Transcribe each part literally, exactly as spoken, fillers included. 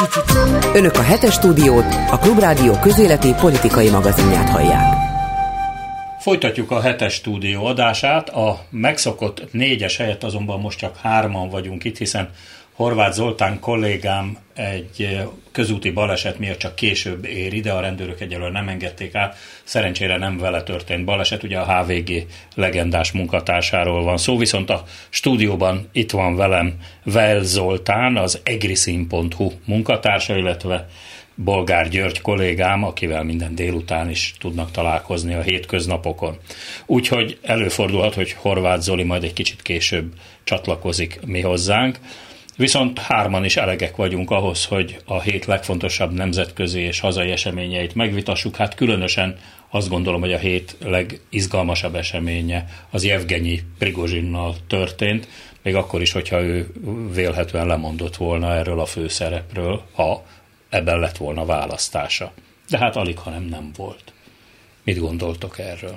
Önök a Hetes Stúdiót, a Klubrádió közéleti politikai magazinját hallják. Folytatjuk a Hetes Stúdió adását, a megszokott négyes helyett azonban most csak hárman vagyunk itt, hiszen Horváth Zoltán kollégám egy közúti baleset miatt csak később ér ide, a rendőrök egyelőre nem engedték át, szerencsére nem vele történt baleset, ugye a há vé gé legendás munkatársáról van szó, viszont a stúdióban itt van velem Weil Zoltán, az egriszín pont hu munkatársa, illetve Bolgár György kollégám, akivel minden délután is tudnak találkozni a hétköznapokon. Úgyhogy előfordulhat, hogy Horváth Zoli majd egy kicsit később csatlakozik mi hozzánk. Viszont hárman is elegek vagyunk ahhoz, hogy a hét legfontosabb nemzetközi és hazai eseményeit megvitassuk. Hát különösen azt gondolom, hogy a hét legizgalmasabb eseménye az Jevgenyi Prigozsinnal történt, még akkor is, hogyha ő vélhetően lemondott volna erről a főszerepről, ha ebben lett volna választása. De hát alig, hanem nem volt. Mit gondoltok erről?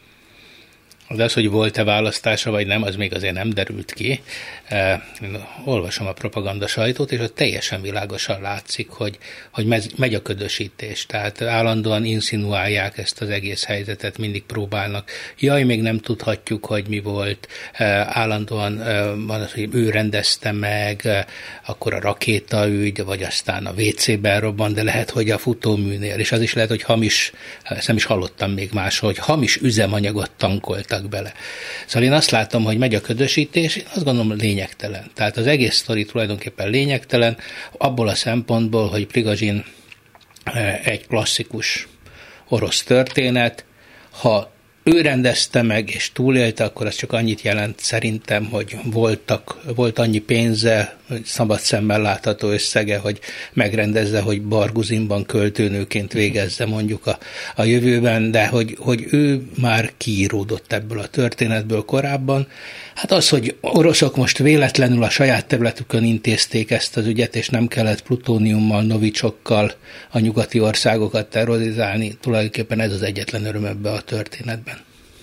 De az, hogy volt-e választása, vagy nem, az még azért nem derült ki. Én olvasom a propaganda sajtót, és ott teljesen világosan látszik, hogy, hogy megy a ködösítés. Tehát állandóan insinuálják ezt az egész helyzetet, mindig próbálnak. Jaj, még nem tudhatjuk, hogy mi volt. Állandóan van az, hogy ő rendezte meg, akkor a rakétaügy, vagy aztán a vé cében robban, de lehet, hogy a futóműnél, és az is lehet, hogy hamis, ezt nem is hallottam még máshol, hogy hamis üzemanyagot tankoltak bele. Szóval én azt látom, hogy megy a ködösítés, én azt gondolom lényegtelen. Tehát az egész sztori tulajdonképpen lényegtelen, abból a szempontból, hogy Prigozsin egy klasszikus orosz történet, ha ő rendezte meg és túlélte, akkor az csak annyit jelent szerintem, hogy voltak, volt annyi pénze, szabad szemmel látható összege, hogy megrendezze, hogy Barguzinban költőnőként végezze mondjuk a, a jövőben, de hogy, hogy ő már kiíródott ebből a történetből korábban. Hát az, hogy oroszok most véletlenül a saját területükön intézték ezt az ügyet, és nem kellett plutóniummal, novicsokkal a nyugati országokat terrorizálni, tulajdonképpen ez az egyetlen öröm ebbe a történetben.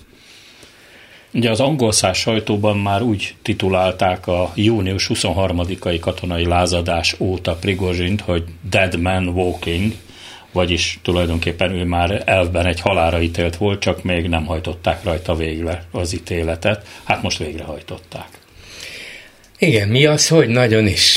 Ugye az angol száz sajtóban már úgy titulálták a június huszonharmadikai katonai lázadás óta Prigozsint, hogy Dead Man Walking, vagyis tulajdonképpen ő már elvben egy halálra ítélt volt, csak még nem hajtották rajta végre az ítéletet. Hát most végrehajtották. Igen, mi az, hogy nagyon is.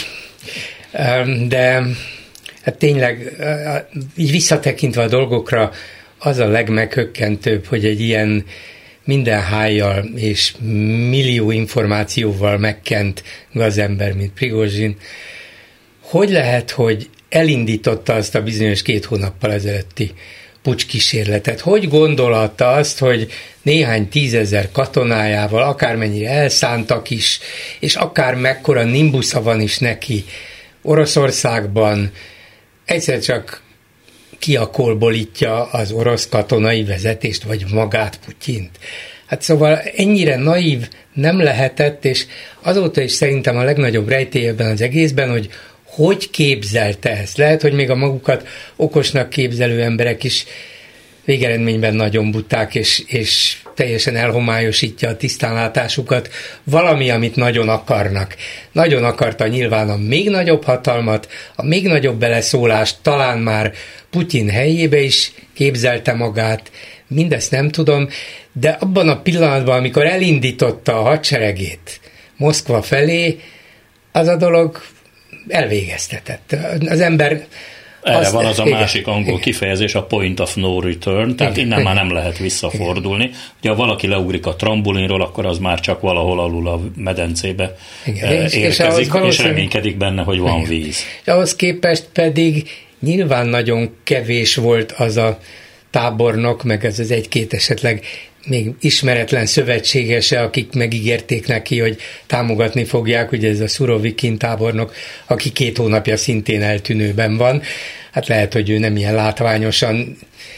De hát tényleg így visszatekintve a dolgokra az a legmeghökkentőbb, hogy egy ilyen minden hájjal és millió információval megkent gazember, mint Prigozsin, hogy lehet, hogy elindította azt a bizonyos két hónappal ezelőtti pucskísérletet? Hogy gondolhatta azt, hogy néhány tízezer katonájával, akármennyire elszántak is, és akár mekkora nimbusza van is neki Oroszországban, egyszer csak kiakolbolítja az orosz katonai vezetést, vagy magát, Putyint. Hát szóval ennyire naív nem lehetett, és azóta is szerintem a legnagyobb rejtély ebben az egészben, hogy hogy képzelte ezt. Lehet, hogy még a magukat okosnak képzelő emberek is végeredményben nagyon buták, és, és teljesen elhomályosítja a tisztánlátásukat. Valami, amit nagyon akarnak. Nagyon akarta nyilván a még nagyobb hatalmat, a még nagyobb beleszólást, talán már Putyin helyébe is képzelte magát, mindezt nem tudom, de abban a pillanatban, amikor elindította a hadseregét Moszkva felé, az a dolog elvégeztetett. Az ember... Erre azt, van az a igen, másik angol igen. kifejezés, a point of no return, tehát igen, innen igen. már nem lehet visszafordulni. Igen. Ugye ha valaki leugrik a trambulinról, akkor az már csak valahol alul a medencébe igen. érkezik, és, és reménykedik benne, hogy van igen. víz. És ahhoz képest pedig nyilván nagyon kevés volt az a tábornok, meg ez az egy-két esetleg még ismeretlen szövetségese, akik megígérték neki, hogy támogatni fogják, ugye ez a Surovikin tábornok, aki két hónapja szintén eltűnőben van. Hát lehet, hogy ő nem ilyen látványosan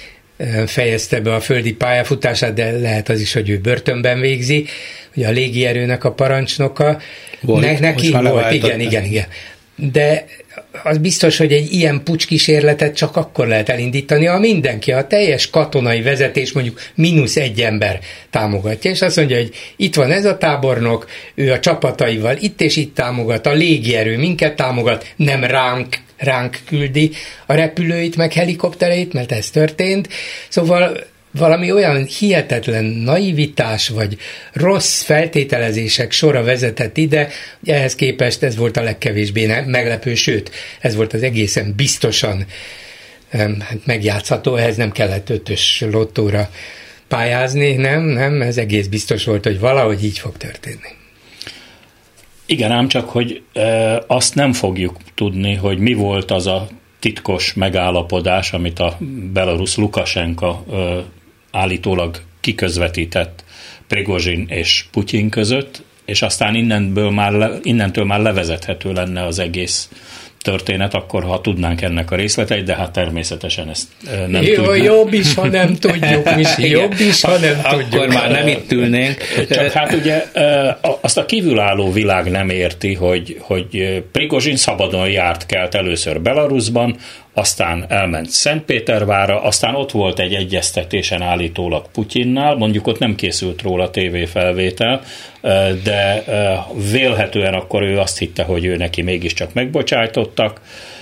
fejezte be a földi pályafutását, de lehet az is, hogy ő börtönben végzi. Ugye a légierőnek a parancsnoka. Volt, ne, neki volt, igen, igen, igen. De az biztos, hogy egy ilyen pucskísérletet csak akkor lehet elindítani, ha mindenki, a teljes katonai vezetés mondjuk mínusz egy ember támogatja, és azt mondja, hogy itt van ez a tábornok, ő a csapataival itt és itt támogat, a légierő minket támogat, nem ránk ránk küldi a repülőit, meg helikoptereit, mert ez történt. Szóval valami olyan hihetetlen naivitás, vagy rossz feltételezések sora vezetett ide, ehhez képest ez volt a legkevésbé meglepő, sőt, ez volt az egészen biztosan hát megjátszható, ehhez nem kellett ötös lottóra pályázni, nem, nem, ez egész biztos volt, hogy valahogy így fog történni. Igen, ám csak, hogy e, azt nem fogjuk tudni, hogy mi volt az a titkos megállapodás, amit a belarusz Lukasenka e, állítólag kiközvetített Prigozsin és Putyin között, és aztán innentől már, le, innentől már levezethető lenne az egész történet, akkor ha tudnánk ennek a részleteit, de hát természetesen ezt nem Jó, tudnánk. Jobb is, ha nem tudjuk, Misi, jobb is, ha nem Akkor tudjuk. Akkor már nem itt ülnénk. Csak hát ugye azt a kívülálló világ nem érti, hogy, hogy Prigozsin szabadon járt kelt először Belarusban, aztán elment Szentpétervárra, aztán ott volt egy egyeztetésen állítólag Putyinnál, mondjuk ott nem készült róla tévéfelvétel, de vélhetően akkor ő azt hitte, hogy ő neki mégiscsak megbocsájtottak,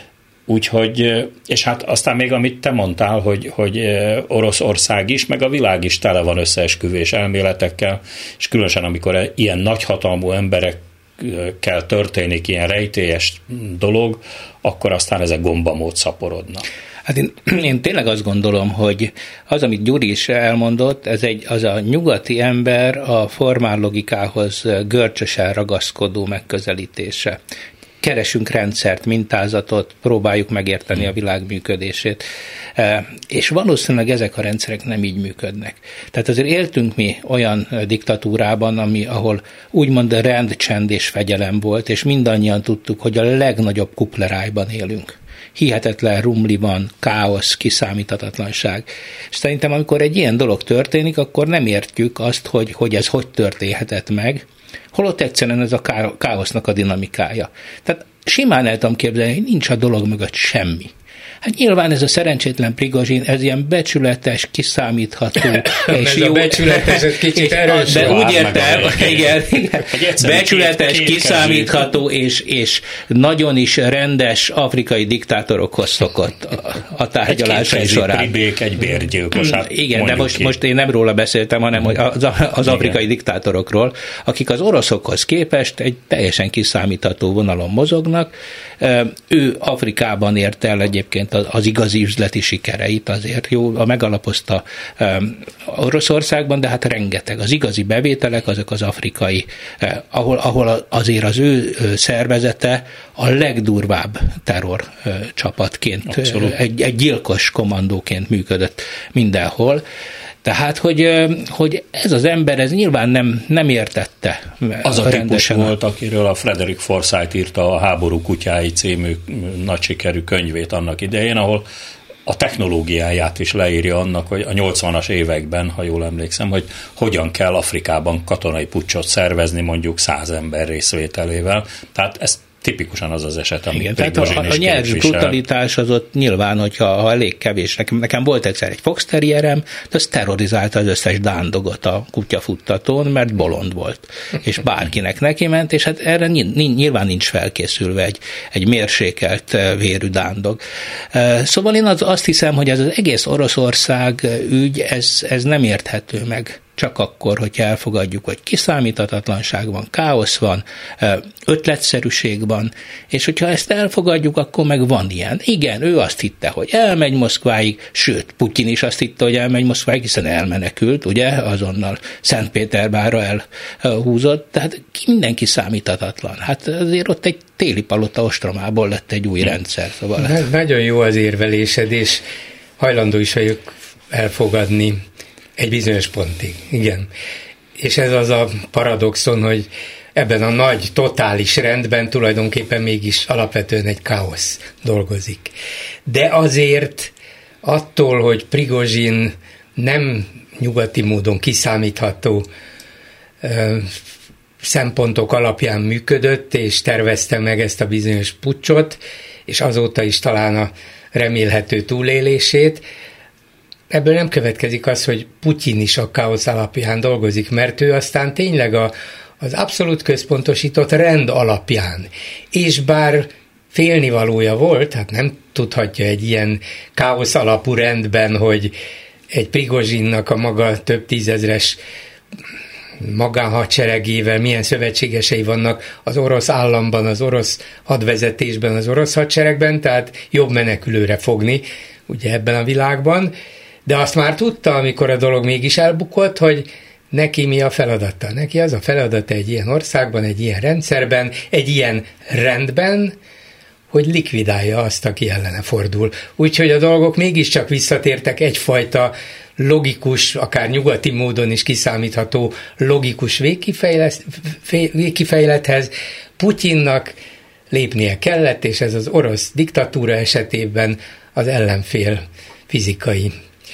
úgyhogy, és hát aztán még amit te mondtál, hogy, hogy Oroszország is, meg a világ is tele van összeesküvés elméletekkel, és különösen amikor ilyen nagyhatalmú emberek kell történik ilyen rejtélyes dolog, akkor aztán ezek gombamód szaporodnak. Hát én, én tényleg azt gondolom, hogy az, amit Gyuri is elmondott, ez egy, az a nyugati ember a formál logikához görcsösen ragaszkodó megközelítése. Keresünk rendszert, mintázatot, próbáljuk megérteni a világ működését. És valószínűleg ezek a rendszerek nem így működnek. Tehát azért éltünk mi olyan diktatúrában, ami, ahol úgymond rend, csend és fegyelem volt, és mindannyian tudtuk, hogy a legnagyobb kuplerájban élünk. Hihetetlen rumliban, káosz, kiszámíthatatlanság. És szerintem, amikor egy ilyen dolog történik, akkor nem értjük azt, hogy, hogy ez hogy történhetett meg, holott egyszerűen ez a káosznak a dinamikája. Tehát simán el tudom képzelni, hogy nincs a dolog mögött semmi. Hát nyilván ez a szerencsétlen Prigozsin, ez ilyen becsületes, kiszámítható. És ez jó, a becsületes, ez kicsit erős. De úgy értem, igen, igen, becsületes, két, két kiszámítható és, és nagyon is rendes afrikai diktátorokhoz szokott a, a tárgyalásai során. Egy pribék, egy bérgyilkos. Hát igen, de most, most én nem róla beszéltem, hanem az, az afrikai diktátorokról, akik az oroszokhoz képest egy teljesen kiszámítható vonalon mozognak. Ő Afrikában ért el egyébként az igazi üzleti sikereit, azért jó, a megalapozta um, Oroszországban, de hát rengeteg. Az igazi bevételek azok az afrikai, eh, ahol, ahol azért az ő szervezete a legdurvább terror eh, csapatként, eh, egy, egy gyilkos kommandóként működött mindenhol. Tehát, hogy, hogy ez az ember, ez nyilván nem, nem értette. Az a típus volt, akiről a Frederick Forsyth írta a Háború kutyái című nagy sikerű könyvét annak idején, ahol a technológiáját is leírja annak, hogy a nyolcvanas években, ha jól emlékszem, hogy hogyan kell Afrikában katonai puccsot szervezni mondjuk száz ember részvételével. Tehát ez tipikusan az az eset, amit igen, tehát a, a nyelvű brutalitás az ott nyilván, hogyha ha elég kevés. Nekem, nekem volt egyszer egy fox terrierem, de az terrorizálta az összes dándogot a kutyafuttatón, mert bolond volt, és bárkinek neki ment, és hát erre nyilván nincs felkészülve egy, egy mérsékelt vérű dándog. Szóval én az, azt hiszem, hogy ez az egész Oroszország ügy, ez, ez nem érthető meg. Csak akkor, hogyha elfogadjuk, hogy kiszámíthatatlanság van, káosz van, ötletszerűség van, és hogyha ezt elfogadjuk, akkor meg van ilyen. Igen, ő azt hitte, hogy elmegy Moszkváig, sőt, Putyin is azt hitte, hogy elmegy Moszkváig, hiszen elmenekült, ugye, azonnal Szentpétervárra elhúzott, tehát mindenki számíthatatlan. Hát azért ott egy téli palota ostromából lett egy új rendszer. Szóval Na, nagyon jó az érvelésed, és hajlandó is vagyok elfogadni egy bizonyos pontig, igen. És ez az a paradoxon, hogy ebben a nagy, totális rendben tulajdonképpen mégis alapvetően egy káosz dolgozik. De azért attól, hogy Prigozsin nem nyugati módon kiszámítható ö, szempontok alapján működött, és tervezte meg ezt a bizonyos puccsot, és azóta is talán a remélhető túlélését, ebből nem következik az, hogy Putyin is a káosz alapján dolgozik, mert ő aztán tényleg a, az abszolút központosított rend alapján, és bár félnivalója volt, hát nem tudhatja egy ilyen káosz alapú rendben, hogy egy Prigozsinnak a maga több tízezres magánhadseregével milyen szövetségesei vannak az orosz államban, az orosz hadvezetésben, az orosz hadseregben, tehát jobb menekülőre fogni, ugye ebben a világban, de azt már tudta, amikor a dolog mégis elbukott, hogy neki mi a feladata. Neki az a feladata egy ilyen országban, egy ilyen rendszerben, egy ilyen rendben, hogy likvidálja azt, aki ellene fordul. Úgyhogy a dolgok mégiscsak visszatértek egyfajta logikus, akár nyugati módon is kiszámítható logikus végkifejlethez. Putyinnak lépnie kellett, és ez az orosz diktatúra esetében az ellenfél fizikai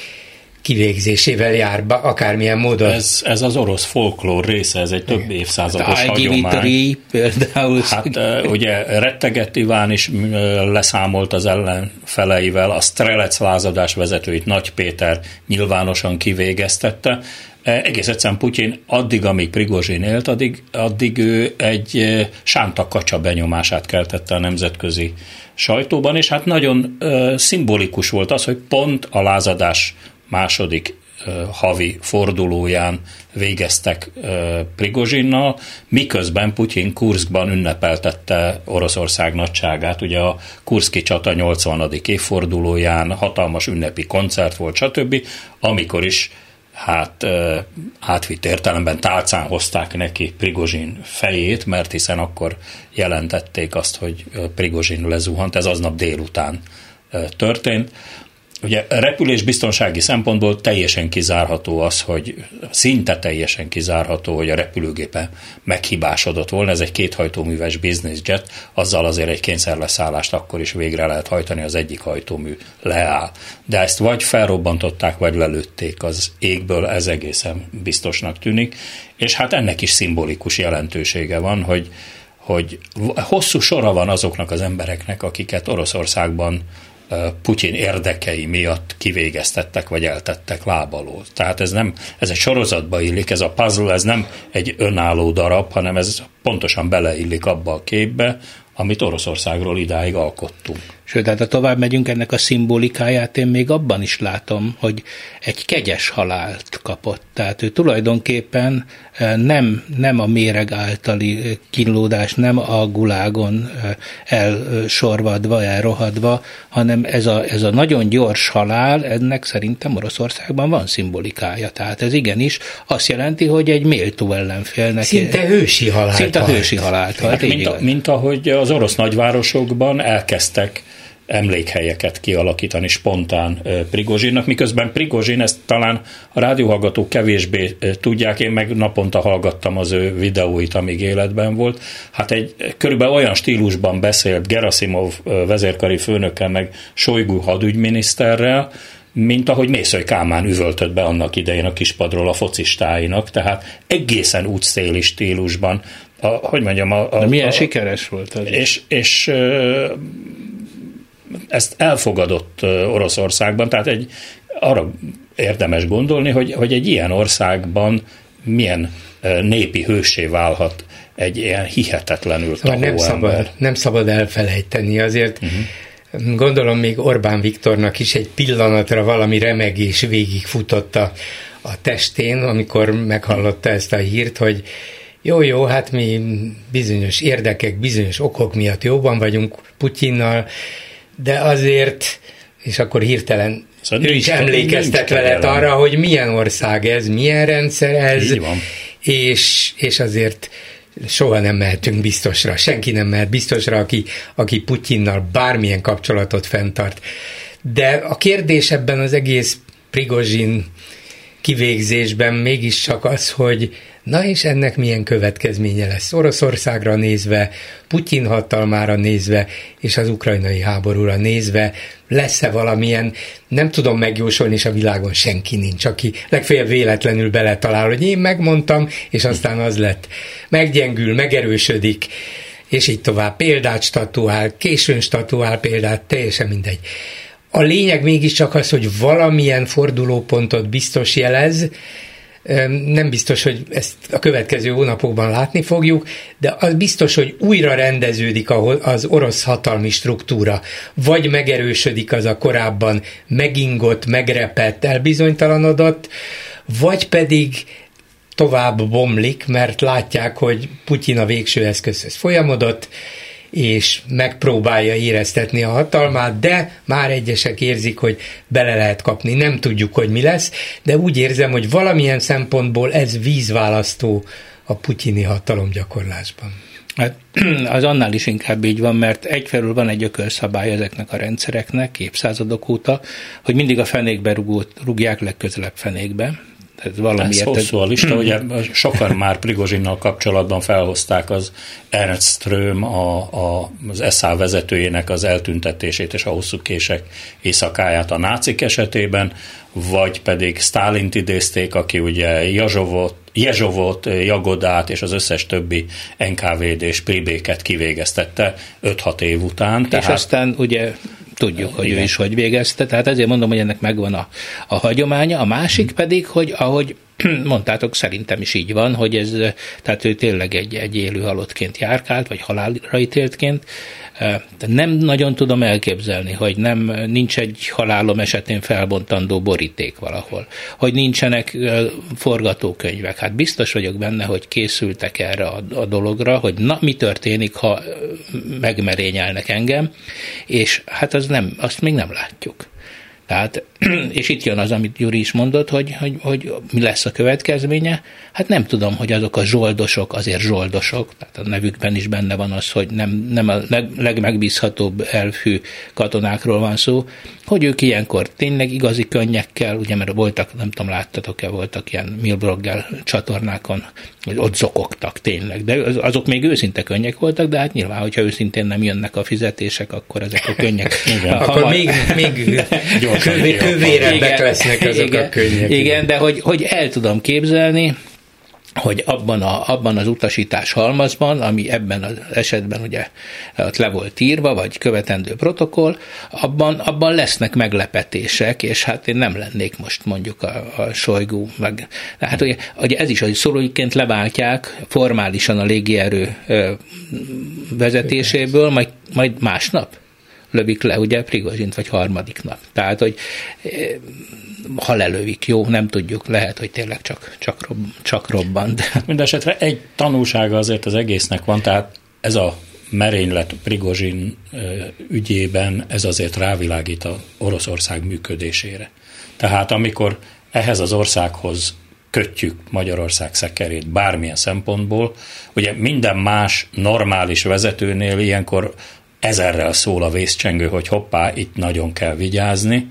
kivégzésével jár, akármilyen módon. Ez, ez az orosz folklór része, ez egy több évszázados hát, hagyomány. Például. Hát ugye Retteget Iván is leszámolt az ellenfeleivel, a Strelec lázadás vezetőit Nagy Péter nyilvánosan kivégeztette. Egész egyszerűen Putyin addig, amíg Prigozsin élt, addig, addig ő egy sánta kacsa benyomását keltette a nemzetközi sajtóban, és hát nagyon uh, szimbolikus volt az, hogy pont a lázadás második uh, havi fordulóján végeztek uh, Prigozsinnal, miközben Putyin Kurszkban ünnepeltette Oroszország nagyságát. Ugye a kurszki csata nyolcvanadik évfordulóján hatalmas ünnepi koncert volt, stb., amikor is hát uh, átvitt értelemben tálcán hozták neki Prigozsin fejét, mert hiszen akkor jelentették azt, hogy Prigozsin lezuhant, ez aznap délután uh, történt. Ugye repülésbiztonsági szempontból teljesen kizárható az, hogy szinte teljesen kizárható, hogy a repülőgépe meghibásodott volna, ez egy kéthajtóműves business jet, azzal azért egy kényszerleszállást akkor is végre lehet hajtani, az egyik hajtómű leáll. De ezt vagy felrobbantották, vagy lelőtték az égből, ez egészen biztosnak tűnik, és hát ennek is szimbolikus jelentősége van, hogy, hogy hosszú sora van azoknak az embereknek, akiket Oroszországban Putyin érdekei miatt kivégeztettek, vagy eltettek láb alól. Tehát ez nem, ez egy sorozatba illik, ez a puzzle, ez nem egy önálló darab, hanem ez pontosan beleillik abba a képbe, amit Oroszországról idáig alkottunk. Sőt, hát ha tovább megyünk, ennek a szimbolikáját én még abban is látom, hogy egy kegyes halált kapott. Tehát ő tulajdonképpen nem, nem a méreg általi kínlódás, nem a gulágon elsorvadva, elrohadva, hanem ez a, ez a nagyon gyors halál, ennek szerintem Oroszországban van szimbolikája. Tehát ez igenis azt jelenti, hogy egy méltó ellenfélnek. Szinte hősi halált. Szinte hősi halált. Hát, mint, a, mint ahogy az orosz nagyvárosokban elkezdtek emlékhelyeket kialakítani spontán Prigozsinnak, miközben Prigozsin, ezt talán a rádióhallgatók kevésbé tudják, én meg naponta hallgattam az ő videóit, amíg életben volt. Hát egy körülbelül olyan stílusban beszélt Gerasimov vezérkari főnökkel, meg Sojgu hadügyminiszterrel, mint ahogy Mészöly Kálmán üvöltött be annak idején a kispadról a focistáinak, tehát egészen úgy széli stílusban. A, hogy mondjam, a, a, De milyen a, sikeres volt az. És, és ezt elfogadott Oroszországban, tehát egy, arra érdemes gondolni, hogy, hogy egy ilyen országban milyen népi hőssé válhat egy ilyen hihetetlenül szóval tahó nem szabad, nem szabad elfelejteni, azért uh-huh. gondolom még Orbán Viktornak is egy pillanatra valami remegés végigfutott a, a testén, amikor meghallotta ezt a hírt, hogy jó, jó, hát mi bizonyos érdekek, bizonyos okok miatt jóban vagyunk Putyinnal, de azért, és akkor hirtelen szóval ő is emlékeztet veled arra, hogy milyen ország ez, milyen rendszer ez, és, és azért soha nem mehetünk biztosra, senki nem mehet biztosra, aki, aki Putyinnal bármilyen kapcsolatot fenntart. De a kérdés ebben az egész Prigozsin kivégzésben mégiscsak az, hogy na és ennek milyen következménye lesz Oroszországra nézve, Putyin hatalmára nézve, és az ukrajnai háborúra nézve, lesz-e valamilyen, nem tudom megjósolni, és a világon senki nincs, aki legfeljebb véletlenül beletalál, hogy én megmondtam, és aztán az lett. Meggyengül, megerősödik, és így tovább. Példát statuál, későn statuál példát, teljesen mindegy. A lényeg mégiscsak az, hogy valamilyen fordulópontot biztos jelez, Nem biztos, hogy ezt a következő hónapokban látni fogjuk, de az biztos, hogy újra rendeződik az orosz hatalmi struktúra, vagy megerősödik az a korábban megingott, megrepett, elbizonytalanodott, vagy pedig tovább bomlik, mert látják, hogy Putyin a végső eszközhöz folyamodott, és megpróbálja éreztetni a hatalmát, de már egyesek érzik, hogy bele lehet kapni. Nem tudjuk, hogy mi lesz, de úgy érzem, hogy valamilyen szempontból ez vízválasztó a putyini hatalomgyakorlásban. Hát, az annál is inkább így van, mert egyfelől van egy ökölszabály ezeknek a rendszereknek évszázadok óta, hogy mindig a fenékbe rugót, rugják legközelebb fenékbe. Ez hosszú a lista, ugye sokan már Prigozsinnal kapcsolatban felhozták az Ernst Ström, a, a, az es á vezetőjének az eltüntetését és a hosszú kések éjszakáját a nácik esetében, vagy pedig Sztálint idézték, aki ugye Jezsovot, Jezsovot, Jagodát és az összes többi en ká vé dés pribéket kivégeztette öt-hat év után. És tehát... aztán ugye tudjuk, hogy igen, ő is hogy végezte, tehát ezért mondom, hogy ennek megvan a, a hagyománya. A másik pedig, hogy ahogy mondtátok, szerintem is így van, hogy ez, tehát ő tényleg egy, egy élő halottként járkált, vagy halálra ítéltként. Nem nagyon tudom elképzelni, hogy nem, nincs egy halálom esetén felbontandó boríték valahol, hogy nincsenek forgatókönyvek. Hát biztos vagyok benne, hogy készültek erre a, a dologra, hogy na, mi történik, ha megmerényelnek engem, és hát az nem, azt még nem látjuk. Tehát, és itt jön az, amit Gyuri is mondott, hogy, hogy, hogy mi lesz a következménye. Hát nem tudom, hogy azok a zsoldosok azért zsoldosok, tehát a nevükben is benne van az, hogy nem, nem a legmegbízhatóbb elfű katonákról van szó, hogy ők ilyenkor tényleg igazi könnyekkel, ugye mert voltak, nem tudom, láttatok-e, voltak ilyen Milbroggel csatornákon, hogy ott zokogtak tényleg, de azok még őszinte könnyek voltak, de hát nyilván, hogyha őszintén nem jönnek a fizetések, akkor ezek a könnyek. Igen, akkor még, még kövé, kövérebbek lesznek azok igen, a könnyek. Igen, de hogy, hogy el tudom képzelni, hogy abban, a, abban az utasítás halmazban, ami ebben az esetben ugye ott le volt írva, vagy követendő protokoll, abban, abban lesznek meglepetések, és hát én nem lennék most mondjuk a, a Sojgu, meg, hát ugye, ugye ez is, hogy szólóiként leváltják formálisan a légierő vezetéséből, majd, majd másnap lövik le, ugye, Prigozsint, vagy harmadik nap. Tehát, hogy ha lelövik, jó, nem tudjuk, lehet, hogy tényleg csak, csak, rob, csak robbant. Mindenesetre egy tanulsága azért az egésznek van, tehát ez a merénylet Prigozsin ügyében, ez azért rávilágít az Oroszország működésére. Tehát amikor ehhez az országhoz kötjük Magyarország szekerét bármilyen szempontból, ugye minden más normális vezetőnél ilyenkor ezerrel szól a vészcsengő, hogy hoppá, itt nagyon kell vigyázni.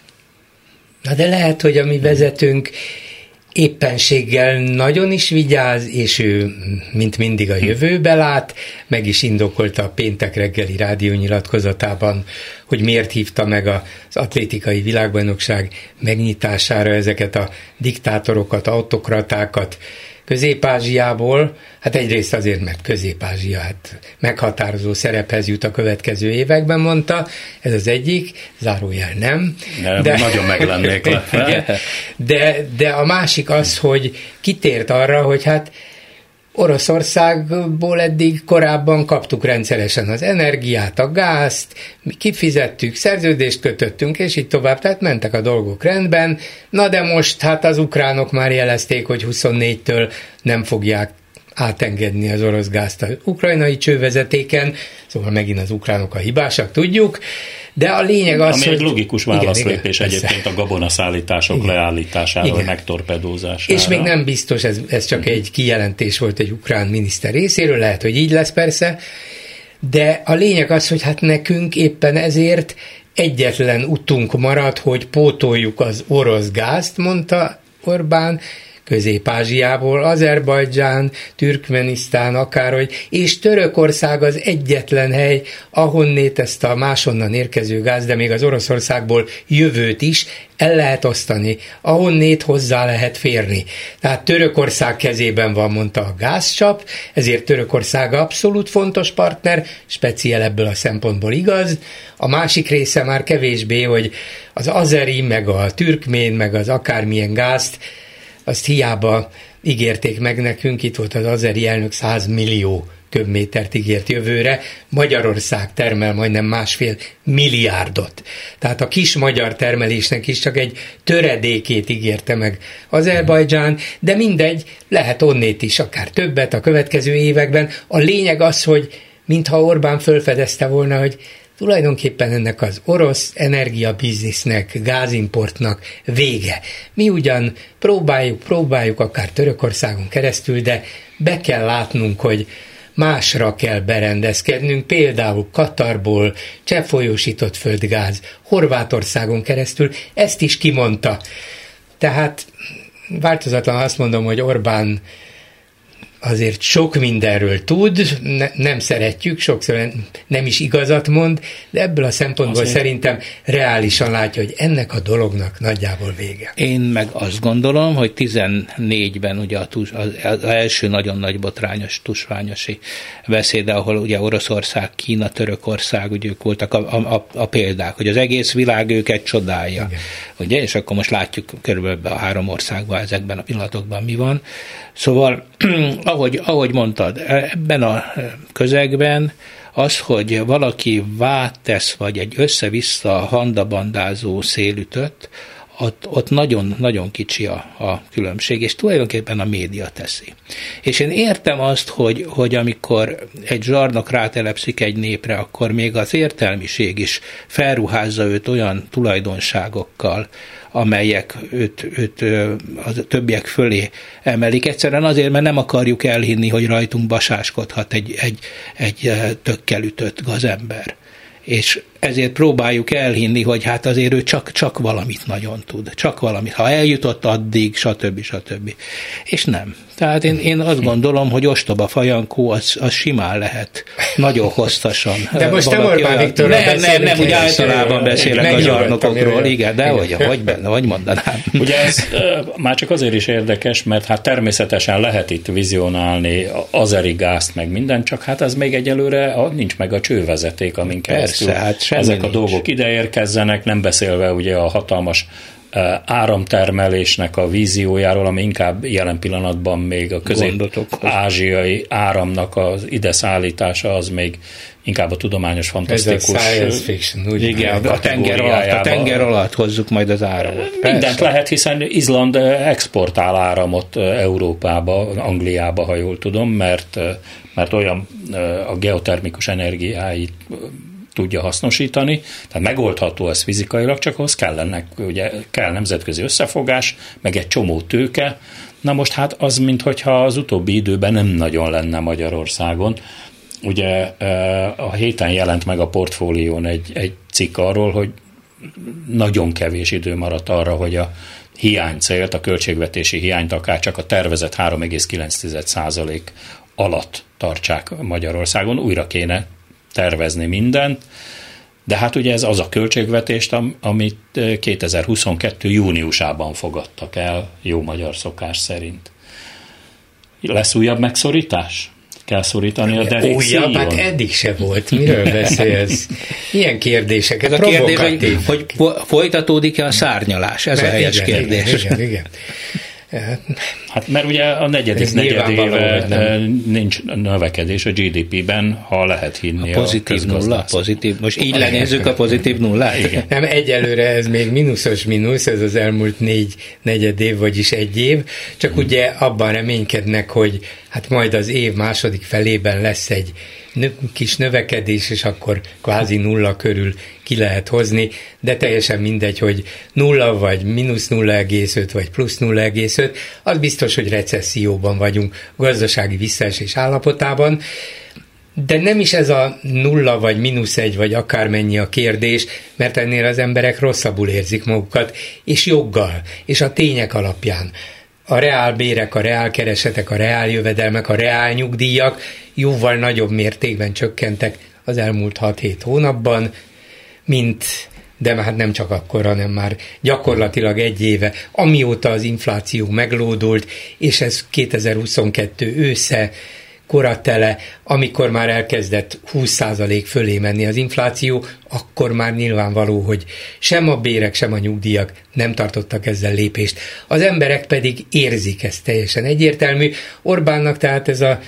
Na de lehet, hogy a mi vezetőnk éppenséggel nagyon is vigyáz, és ő, mint mindig, a jövőbe lát, meg is indokolta a péntek reggeli rádiónyilatkozatában, hogy miért hívta meg az atlétikai világbajnokság megnyitására ezeket a diktátorokat, autokratákat Közép-Ázsiából. Hát egyrészt azért, mert Közép-Ázsia hát meghatározó szerephez jut a következő években, mondta, ez az egyik, zárójel nem. nem de, nagyon meglennék le. De, de a másik az, hogy kitért arra, hogy hát Oroszországból eddig korábban kaptuk rendszeresen az energiát, a gázt, mi kifizettük, szerződést kötöttünk, és így tovább, tehát mentek a dolgok rendben. Na de most hát az ukránok már jelezték, hogy huszonnégytől nem fogják átengedni az orosz gázt az ukrajnai csővezetéken, szóval megint az ukránok a hibásak, tudjuk, de a lényeg az, ami hogy... egy logikus válaszlépés egyébként a gabonaszállítások igen. leállításáról, igen. megtorpedózására. És még nem biztos, ez, ez csak uh-huh. egy kijelentés volt egy ukrán miniszter részéről, lehet, hogy így lesz persze, de a lényeg az, hogy hát nekünk éppen ezért egyetlen utunk marad, hogy pótoljuk az orosz gázt, mondta Orbán, Közép-Ázsiából, Azerbajdzsán, Türkmenisztán, akárhogy, és Törökország az egyetlen hely, ahonnét ezt a másonnan érkező gáz, de még az Oroszországból jövőt is el lehet osztani, ahonnét hozzá lehet férni. Tehát Törökország kezében van, mondta a gázcsap, ezért Törökország abszolút fontos partner, speciál ebből a szempontból igaz. A másik része már kevésbé, hogy az azeri, meg a türkmén, meg az akármilyen gázt azt hiába ígérték meg nekünk, itt volt az azeri elnök száz millió köbmétert ígért jövőre, Magyarország termel majdnem másfél milliárdot. Tehát a kis magyar termelésnek is csak egy töredékét ígérte meg Azerbajdzsán, de mindegy, lehet onnét is akár többet a következő években. A lényeg az, hogy mintha Orbán fölfedezte volna, hogy tulajdonképpen ennek az orosz energiabiznisznek, gázimportnak vége. Mi ugyan próbáljuk, próbáljuk akár Törökországon keresztül, de be kell látnunk, hogy másra kell berendezkednünk, például Katarból, cseppfolyósított földgáz, Horvátországon keresztül, ezt is kimondta. Tehát változatlan azt mondom, hogy Orbán azért sok mindenről tud, ne, nem szeretjük, sokszor nem is igazat mond, de ebből a szempontból azért szerintem reálisan látja, hogy ennek a dolognak nagyjából vége. Én meg azt gondolom, hogy tizennégyben ugye a tus, az, az első nagyon nagy botrányos tusványosi beszéde, ahol ugye Oroszország, Kína, Törökország, ugye ők voltak a, a, a példák, hogy az egész világ őket csodálja. Igen. Ugye, és akkor most látjuk körülbelül a három országban ezekben a pillanatokban mi van. Szóval, ahogy, ahogy mondtad, ebben a közegben az, hogy valaki vát tesz, vagy egy össze-vissza handabandázó szélütött, ott, ott nagyon, nagyon kicsi a, a különbség, és tulajdonképpen a média teszi. És én értem azt, hogy, hogy amikor egy zsarnok rátelepszik egy népre, akkor még az értelmiség is felruházza őt olyan tulajdonságokkal, amelyek őt, őt a többiek fölé emelik. Egyszerűen azért, mert nem akarjuk elhinni, hogy rajtunk basáskodhat egy, egy, egy tökkel ütött gazember. És ezért próbáljuk elhinni, hogy hát azért ő csak, csak valamit nagyon tud, csak valamit. Ha eljutott addig, stb. stb. És nem. Tehát én, én azt gondolom, hogy ostoba fajankó az, az simán lehet nagyon hosszasan. De most nem Orbán Viktorról Nem, nem, nem, úgy általában beszélek a zsarnokokról, igen, de hogy, hogy benne, hogy mondanám. Ugye ez már csak azért is érdekes, mert hát természetesen lehet itt vizionálni azeri gázt, meg mindent, csak hát ez még egyelőre nincs meg a csővezeték, amin keresztül Persze, hát ezek nincs. A dolgok ide-érkezzenek, nem beszélve ugye a hatalmas áramtermelésnek a víziójáról, ami inkább jelen pillanatban még a közép-ázsiai áramnak az ide szállítása, az még inkább a tudományos fantasztikus. Ez a science fiction, úgy igen, a tenger, alatt, a tenger alatt hozzuk majd az áramot. Mindent Persze. lehet, hiszen Izland exportál áramot Európába, Angliába, ha jól tudom, mert, mert olyan a geotermikus energiáit tudja hasznosítani, tehát megoldható ez fizikailag, csak ahhoz kellenek, ugye kell nemzetközi összefogás, meg egy csomó tőke. Na most hát az, minthogyha az utóbbi időben nem nagyon lenne Magyarországon. Ugye a héten jelent meg a Portfólión egy, egy cikk arról, hogy nagyon kevés idő maradt arra, hogy a hiánycélt, a költségvetési hiányt akár csak a tervezett három egész kilenc százalék alatt tartsák Magyarországon. Újra kéne tervezni mindent, de hát ugye ez az a költségvetést, amit kétezer-huszonkettő júniusában fogadtak el, jó magyar szokás szerint. Lesz újabb megszorítás? Kell szorítani a derékszíjon? Újabb? Hát eddig se volt. Miről beszélsz? Milyen kérdéseket? Ez a kérdés, hogy, hogy folytatódik-e a szárnyalás? Ez mert a helyes igen, kérdés. Igen, igen, igen. Hát mert ugye a negyedik negyedéve nincs növekedés a gé dé pé-ben, ha lehet hinni a, a pozitív nulla, pozitív. Most így lenézzük a pozitív nullát? Igen. Nem, egyelőre ez még mínuszos mínusz, ez az elmúlt négy negyed év, vagyis egy év, csak hmm. ugye abban reménykednek, hogy hát majd az év második felében lesz egy kis növekedés, és akkor kvázi nulla körül ki lehet hozni, de teljesen mindegy, hogy nulla, vagy mínusz nulla egész öt, vagy plusz nulla egész öt, az biztos, hogy recesszióban vagyunk, gazdasági visszaesés állapotában, de nem is ez a nulla, vagy mínusz egy, vagy akármennyi a kérdés, mert ennél az emberek rosszabbul érzik magukat, és joggal, és a tények alapján. A reál bérek, a reál keresetek, a reál jövedelmek, a reál nyugdíjak jóval nagyobb mértékben csökkentek az elmúlt hat-hét hónapban, mint, de hát nem csak akkor, hanem már gyakorlatilag egy éve, amióta az infláció meglódult, és ez kétezer-huszonkettő ősze koratele, amikor már elkezdett húsz százalék fölé menni az infláció, akkor már nyilvánvaló, hogy sem a bérek, sem a nyugdíjak nem tartottak ezzel lépést. Az emberek pedig érzik ezt, teljesen egyértelmű. Orbánnak tehát ez a,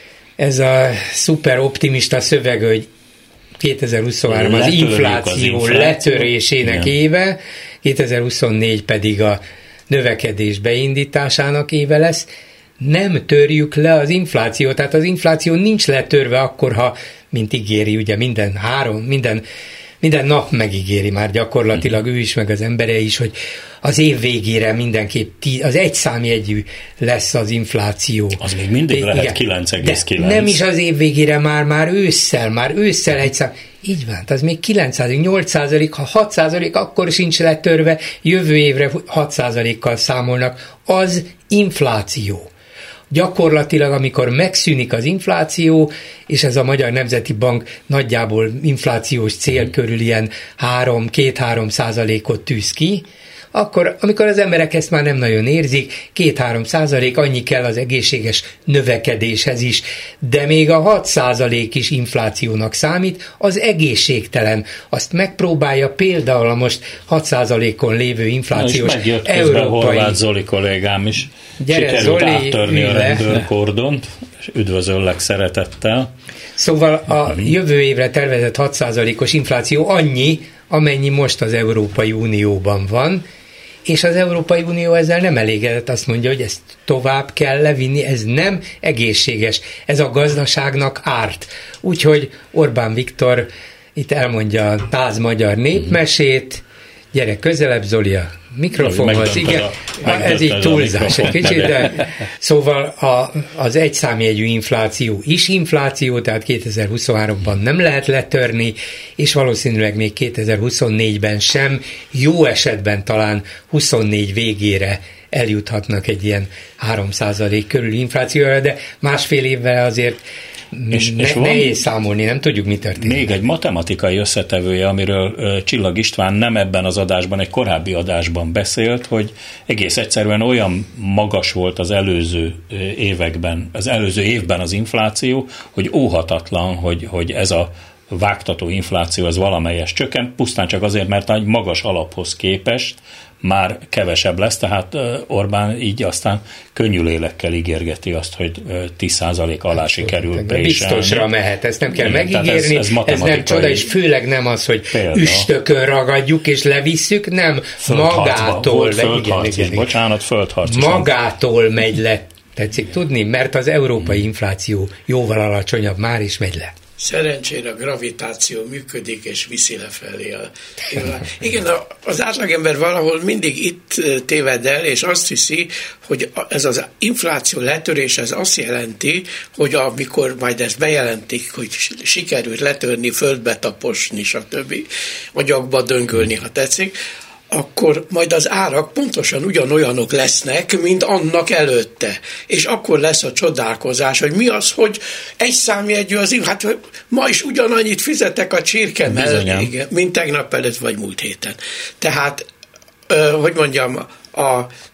ez a szuper optimista szöveg, hogy kétezer-huszonhárom az infláció, az infláció letörésének igen. éve, kétezer-huszonnégy pedig a növekedés beindításának éve lesz. Nem törjük le az inflációt, tehát az infláció nincs letörve akkor, ha, mint ígéri, ugye minden három, minden, minden nap megígéri már gyakorlatilag ő is, meg az embere is, hogy az év végére mindenképp tí, az egyszámjegyű lesz az infláció. Az még mindig igen. lehet kilenc egész kilenc. Nem is az év végére, már, már ősszel, már ősszel egyszám. Így van, az még kilenc százalék, nyolc százalék, ha hat százalék, akkor sincs letörve, jövő évre hat százalékkal számolnak, az infláció. Gyakorlatilag, amikor megszűnik az infláció, és ez a Magyar Nemzeti Bank nagyjából inflációs cél körül ilyen három, két-három százalékot tűz ki, akkor, amikor az emberek ezt már nem nagyon érzik, két-három százalék, annyi kell az egészséges növekedéshez is, de még a hat százalék is inflációnak számít, az egészségtelen. Azt megpróbálja például a most hat százalékon lévő inflációs megjött európai... Horváth Zoli kollégám is. Gyere, sikerült Zoli, áttörni a rendőrkordont, és üdvözöllek szeretettel. Szóval a jövő évre tervezett hat százalékos infláció annyi, amennyi most az Európai Unióban van, és az Európai Unió ezzel nem elégedett, azt mondja, hogy ezt tovább kell levinni, ez nem egészséges, ez a gazdaságnak árt. Úgyhogy Orbán Viktor itt elmondja a táz magyar népmesét, gyere közelebb, Zoli, a mikrofonhoz, igen, a, ez így túlzás egy kicsit, de szóval a, az egyszámjegyű infláció is infláció, tehát kétezer-huszonháromban nem lehet letörni, és valószínűleg még kétezer-huszonnégyben sem, jó esetben talán huszonnégy végére eljuthatnak egy ilyen három százalék körüli inflációra, de másfél évvel azért és, ne, és nehéz számolni, nem tudjuk, mi történik. Még egy matematikai összetevője, amiről uh, Csillag István nem ebben az adásban, egy korábbi adásban beszélt, hogy egész egyszerűen olyan magas volt az előző uh, években, az előző évben az infláció, hogy óhatatlan, hogy, hogy ez a vágtató infláció az valamelyes csökken, pusztán csak azért, mert egy magas alaphoz képest már kevesebb lesz, tehát Orbán így aztán könnyű lélekkel ígérgeti azt, hogy tíz százalék alá sikerül préselni. Biztosra mehet, ezt nem kell igen, megígérni, ez, ez, ez nem csoda, és főleg nem az, hogy példa. Üstökön ragadjuk és levisszük, nem, magától, földharc is, igen, bocsánat, földharc is. Magától megy le, tetszik tudni, mert az európai hmm. infláció jóval alacsonyabb, már is megy le. Szerencsére a gravitáció működik, és viszi lefelé. A... Igen, az átlagember valahol mindig itt téved el, és azt hiszi, hogy ez az infláció letörés, ez azt jelenti, hogy amikor majd ezt bejelentik, hogy sikerült letörni, földbe taposni, stb., agyakba döngölni, ha tetszik, akkor majd az árak pontosan ugyanolyanok lesznek, mint annak előtte. És akkor lesz a csodálkozás, hogy mi az, hogy egy számjegyű az, hát ma is ugyanannyit fizetek a csirke mellé, mint tegnap előtt vagy múlt héten. Tehát, hogy mondjam, a,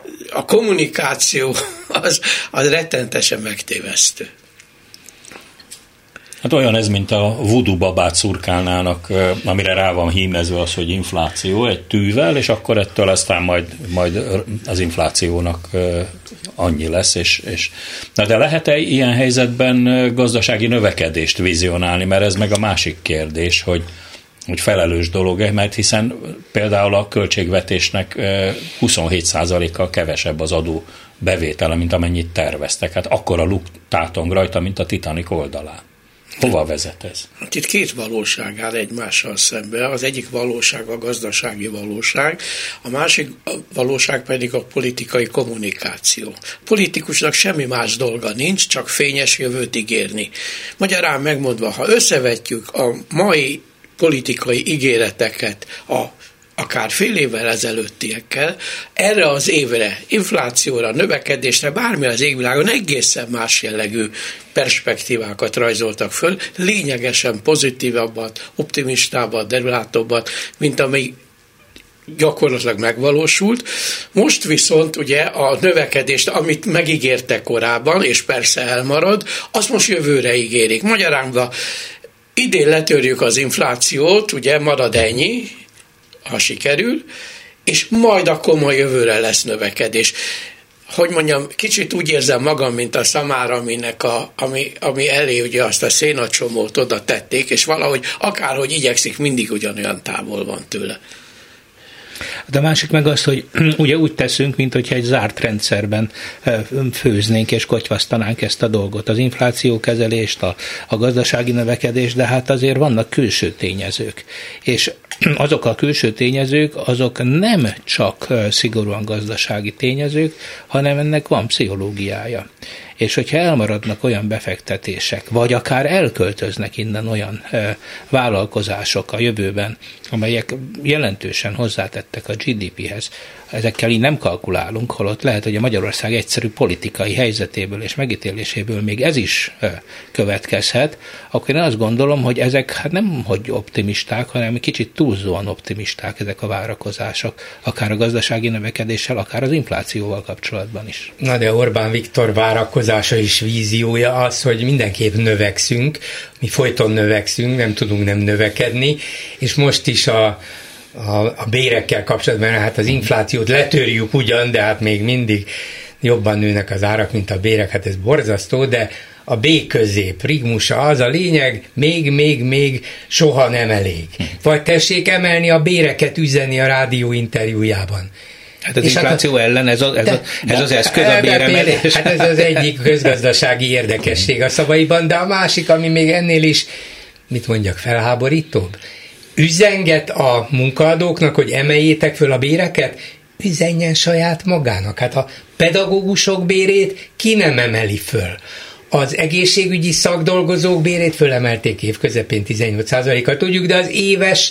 a kommunikáció az, az rettentesen megtévesztő. Hát olyan ez, mint a voodoo babát szurkálnának, amire rá van hímezve az, hogy infláció egy tűvel, és akkor ettől aztán majd, majd az inflációnak annyi lesz. És, és... Na de lehet-e ilyen helyzetben gazdasági növekedést vizionálni, mert ez meg a másik kérdés, hogy, hogy felelős dolog-e, mert hiszen például a költségvetésnek huszonhét százalékkal kevesebb az adó bevétele, mint amennyit terveztek. Hát akkora luk tátong rajta, mint a Titanic oldalán. Hova vezet ez? Itt két valóság áll egymással szembe. Az egyik valóság a gazdasági valóság, a másik valóság pedig a politikai kommunikáció. Politikusnak semmi más dolga nincs, csak fényes jövőt ígérni. Magyarán megmondva, ha összevetjük a mai politikai ígéreteket a akár fél évvel ezelőttiekkel, erre az évre, inflációra, növekedésre, bármi az égvilágon egészen más jellegű perspektívákat rajzoltak föl, lényegesen pozitívabbat, optimistábbat, derülátóbbat, mint ami gyakorlatilag megvalósult. Most viszont ugye a növekedést, amit megígértek korábban, és persze elmarad, azt most jövőre ígérik. Magyaránva idén letörjük az inflációt, ugye marad ennyi, ha sikerül, és majd akkor ma jövőre lesz növekedés. Hogy mondjam, kicsit úgy érzem magam, mint a szamár, aminek a, ami, ami elé ugye azt a szénacsomót oda tették, és valahogy akárhogy igyekszik, mindig ugyanolyan távol van tőle. De a másik meg az, hogy ugye úgy teszünk, mint hogyha egy zárt rendszerben főznénk és kotyvasztanánk ezt a dolgot, az inflációkezelést, a, a gazdasági növekedést, de hát azért vannak külső tényezők. És azok a külső tényezők, azok nem csak szigorúan gazdasági tényezők, hanem ennek van pszichológiája. És hogyha elmaradnak olyan befektetések, vagy akár elköltöznek innen olyan e, vállalkozások a jövőben, amelyek jelentősen hozzátettek a gé dé péhez, ezekkel így nem kalkulálunk, holott lehet, hogy a Magyarország egyszerű politikai helyzetéből és megítéléséből még ez is e, következhet, akkor én azt gondolom, hogy ezek hát nem hogy optimisták, hanem kicsit túlzóan optimisták ezek a várakozások, akár a gazdasági növekedéssel, akár az inflációval kapcsolatban is. Na de Orbán Viktor várakozása és víziója az, hogy mindenképp növekszünk, mi folyton növekszünk, nem tudunk nem növekedni, és most is a A, a bérekkel kapcsolatban, hát az inflációt letörjük ugyan, de hát még mindig jobban nőnek az árak, mint a bérek, hát ez borzasztó, de a B közép rigmusa az a lényeg, még, még, még soha nem elég. Vagy tessék emelni a béreket, üzenni a rádió interjújában. Hát az és infláció hát, ellen ez, a, ez, de, a, ez az eszköz a béremelés. Hát ez az egyik közgazdasági érdekesség a szavaiban, de a másik, ami még ennél is, mit mondjak, felháborítóbb, üzenget a munkaadóknak, hogy emeljétek föl a béreket, üzenjen saját magának. Hát a pedagógusok bérét ki nem emeli föl. Az egészségügyi szakdolgozók bérét fölemelték évközepén tizennyolc százalékkal, tudjuk, de az éves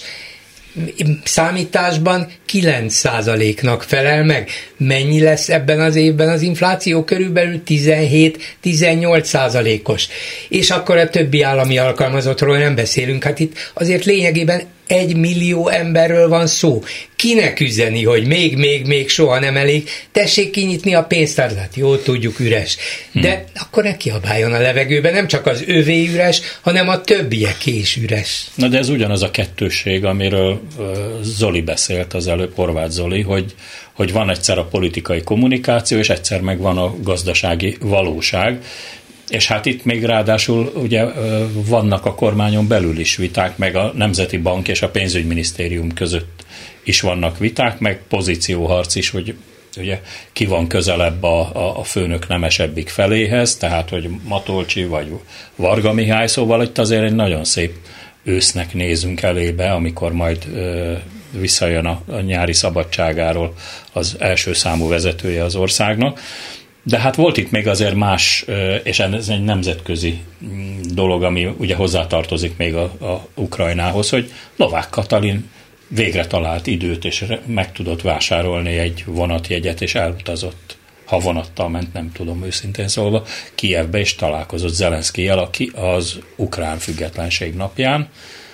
számításban kilenc százaléknak felel meg. Mennyi lesz ebben az évben az infláció? Körülbelül tizenhét-tizennyolc százalékos. És akkor a többi állami alkalmazottról nem beszélünk. Hát itt azért lényegében egy millió emberről van szó. Kinek üzeni, hogy még, még, még soha nem elég, tessék kinyitni a pénztárat. Jó, tudjuk, üres. De hmm. akkor ne kiabáljon a levegőben, nem csak az övé üres, hanem a többieké is üres. Na de ez ugyanaz a kettősség, amiről uh, Zoli beszélt az előbb, Horváth Zoli, hogy, hogy van egyszer a politikai kommunikáció, és egyszer meg van a gazdasági valóság. És hát itt még ráadásul ugye vannak a kormányon belül is viták, meg a Nemzeti Bank és a Pénzügyminisztérium között is vannak viták, meg pozícióharc is, hogy ugye ki van közelebb a, a, a főnök nemesebbik feléhez, tehát hogy Matolcsi vagy Varga Mihály, szóval itt azért egy nagyon szép ősznek nézünk elébe, amikor majd ö, visszajön a, a nyári szabadságáról az első számú vezetője az országnak. De hát volt itt még azért más, és ez egy nemzetközi dolog, ami ugye hozzátartozik még a, a Ukrajnához, hogy Novák Katalin végre talált időt, és meg tudott vásárolni egy vonatjegyet, és elutazott, ha vonattal ment, nem tudom őszintén szólva, Kijevbe, és találkozott Zelenszkijjel, aki az ukrán függetlenség napján.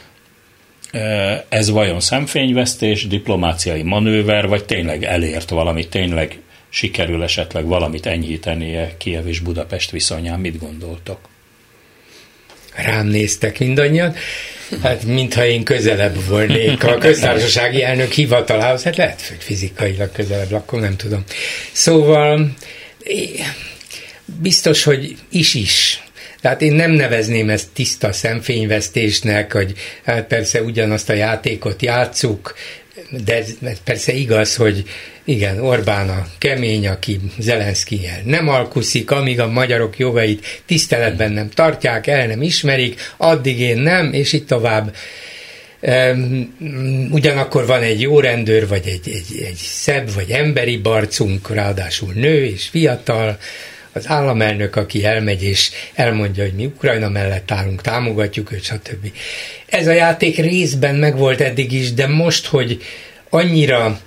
Ez vajon szemfényvesztés, diplomáciai manőver, vagy tényleg elért valamit, tényleg sikerül esetleg valamit enyhítenie Kijev és Budapest viszonyán? Mit gondoltok? Rám néztek mindannyian. Hát mintha én közelebb volnék a köztársasági elnök hivatalához. Hát lehet, hogy fizikailag közelebb lakom, nem tudom. Szóval biztos, hogy is-is. Tehát én nem nevezném ezt tiszta szemfényvesztésnek, hogy hát persze ugyanazt a játékot játsszuk, de ez persze igaz, hogy igen, Orbán a kemény, aki Zelenszkijjel nem alkuszik, amíg a magyarok jogait tiszteletben nem tartják, el nem ismerik, addig én nem, és itt tovább. Ugyanakkor van egy jó rendőr, vagy egy, egy, egy szebb, vagy emberi barcunk, ráadásul nő és fiatal, az államelnök, aki elmegy és elmondja, hogy mi Ukrajna mellett állunk, támogatjuk őt, stb. Ez a játék részben megvolt eddig is, de most, hogy annyira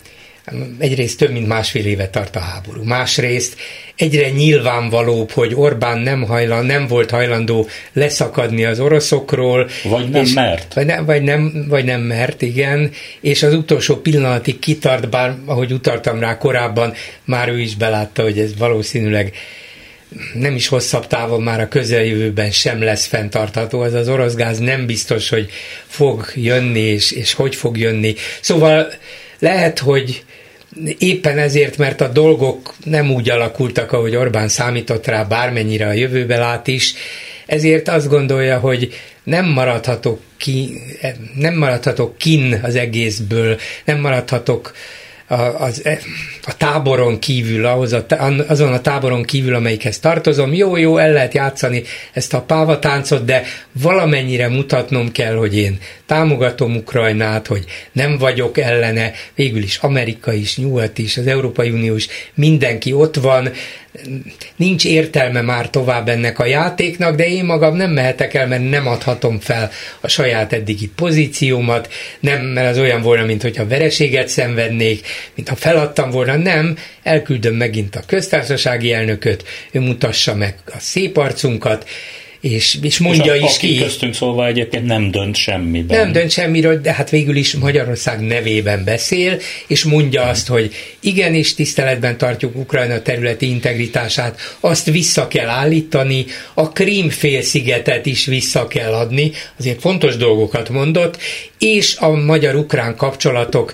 egyrészt több mint másfél éve tart a háború. Másrészt egyre nyilvánvalóbb, hogy Orbán nem, hajlan, nem volt hajlandó leszakadni az oroszokról. Vagy nem és, mert. Vagy nem, vagy, nem, vagy nem mert, igen. És az utolsó pillanatig kitart, bár ahogy utaltam rá korábban, már ő is belátta, hogy ez valószínűleg nem is hosszabb távon, már a közeljövőben sem lesz fenntartható. Az az orosz gáz nem biztos, hogy fog jönni, és, és hogy fog jönni. Szóval lehet, hogy éppen ezért, mert a dolgok nem úgy alakultak, ahogy Orbán számított rá, bármennyire a jövőbe lát is, ezért azt gondolja, hogy nem maradhatok ki, nem maradhatok kin az egészből, nem maradhatok a, az, a táboron kívül, ahhoz a, azon a táboron kívül, amelyikhez tartozom. Jó, jó, el lehet játszani ezt a pávatáncot, de valamennyire mutatnom kell, hogy én támogatom Ukrajnát, hogy nem vagyok ellene, végül is Amerika is, Nyugat is, az Európai Unió is, mindenki ott van, nincs értelme már tovább ennek a játéknak, de én magam nem mehetek el, mert nem adhatom fel a saját eddigi pozíciómat, nem, mert az olyan volna, mint hogyha vereséget szenvednék, mint ha feladtam volna, nem, elküldöm megint a köztársasági elnököt, ő mutassa meg a szép arcunkat, és, és mondja és a, is ki. Köztünk szólva egyébként nem dönt semmiben. Nem dönt semmiről, de hát végül is Magyarország nevében beszél, és mondja hmm. azt, hogy igenis tiszteletben tartjuk Ukrajna területi integritását, azt vissza kell állítani, a Krím-félszigetet is vissza kell adni, azért fontos dolgokat mondott, és a magyar-ukrán kapcsolatok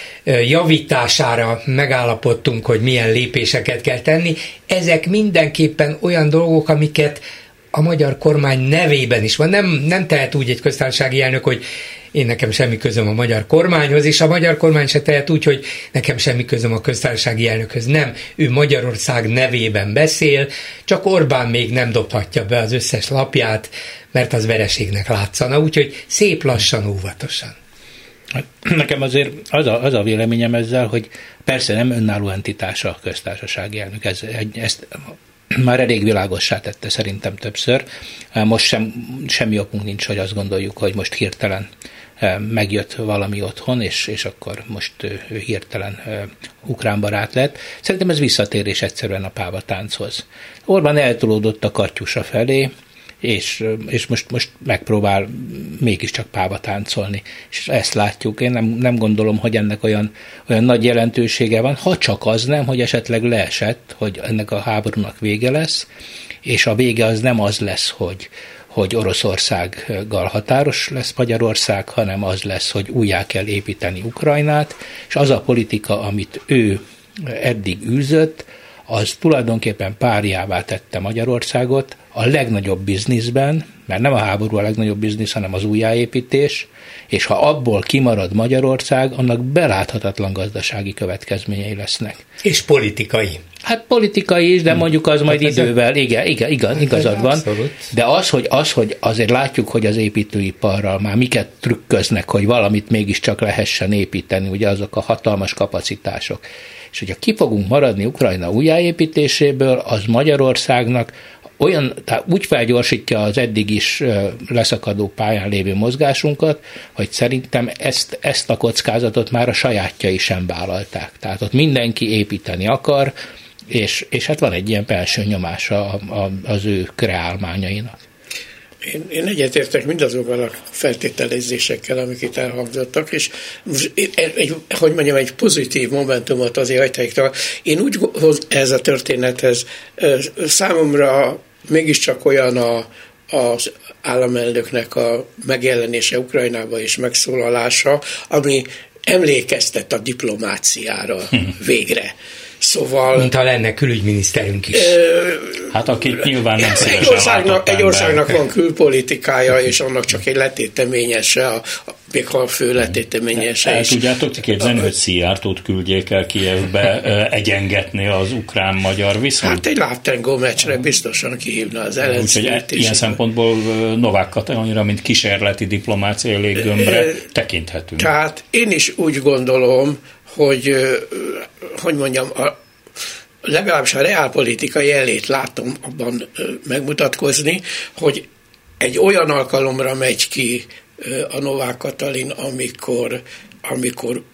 javítására megállapodtunk, hogy milyen lépéseket kell tenni. Ezek mindenképpen olyan dolgok, amiket a magyar kormány nevében is van. Nem, nem tehet úgy egy köztársasági elnök, hogy én nekem semmi közöm a magyar kormányhoz, és a magyar kormány se tehet úgy, hogy nekem semmi közöm a köztársasági elnökhöz. Nem, ő Magyarország nevében beszél, csak Orbán még nem dobhatja be az összes lapját, mert az vereségnek látszana, úgyhogy szép lassan, óvatosan. Nekem azért az a, az a véleményem ezzel, hogy persze nem önálló entitása a köztársasági elnök. Ez, ezt már elég világossá tette szerintem többször. Most sem, semmi okunk nincs, hogy azt gondoljuk, hogy most hirtelen megjött valami otthon, és, és akkor most ő hirtelen ukrán barát lett. Szerintem ez visszatérés egyszerűen a pávatánchoz. Orbán eltolódott a Katyusa felé, és, és most, most megpróbál mégiscsak páva táncolni. És ezt látjuk. Én nem, nem gondolom, hogy ennek olyan, olyan nagy jelentősége van, ha csak az nem, hogy esetleg leesett, hogy ennek a háborúnak vége lesz, és a vége az nem az lesz, hogy, hogy Oroszországgal határos lesz Magyarország, hanem az lesz, hogy újjá kell építeni Ukrajnát, és az a politika, amit ő eddig űzött, az tulajdonképpen párjává tette Magyarországot a legnagyobb bizniszben, mert nem a háború a legnagyobb biznisz, hanem az újjáépítés, és ha abból kimarad Magyarország, annak beláthatatlan gazdasági következményei lesznek. És politikai. Hát politikai is, de mondjuk az majd hát idővel, igen, igen, igaz, igazad van, abszolút. De az hogy, az, hogy azért látjuk, hogy az építőiparral már miket trükköznek, hogy valamit mégiscsak lehessen építeni, ugye azok a hatalmas kapacitások. És hogyha ki fogunk maradni Ukrajna újjáépítéséből, az Magyarországnak olyan, tehát úgy felgyorsítja az eddig is leszakadó pályán lévő mozgásunkat, hogy szerintem ezt, ezt a kockázatot már a sajátjai sem vállalták. Tehát ott mindenki építeni akar, és, és hát van egy ilyen belső nyomása az ő kreálmányainak. Én, én egyetértek mindazokkal a feltételezésekkel, amik itt elhangzottak, és egy, hogy mondjam, egy pozitív momentumot azért hagyták. Én úgy ez a történethez számomra mégiscsak olyan a, az államelnöknek a megjelenése Ukrajnába és megszólalása, ami emlékeztet a diplomáciára végre. Szóval... Mint ha lenne külügyminiszterünk is. Hát akit nyilván nem szívesen egy országnak, egy országnak van külpolitikája, és annak csak egy letéteményese, a, még ha a fő letéteményese el is. Tudjátok képzelni, hogy Szijjártót küldjék el Kijevbe egyengetni az ukrán-magyar viszonyt? Hát egy lábtengó meccsre biztosan kihívna az ellenzéket. Ilyen szempontból Novák Katalin, mint kísérleti diplomáciai léggömbre tekinthetünk. Tehát én is úgy gondolom, hogy, hogy mondjam, a, legalábbis a reálpolitika jelét látom abban megmutatkozni, hogy egy olyan alkalomra megy ki a Novák Katalin, amikor, amikor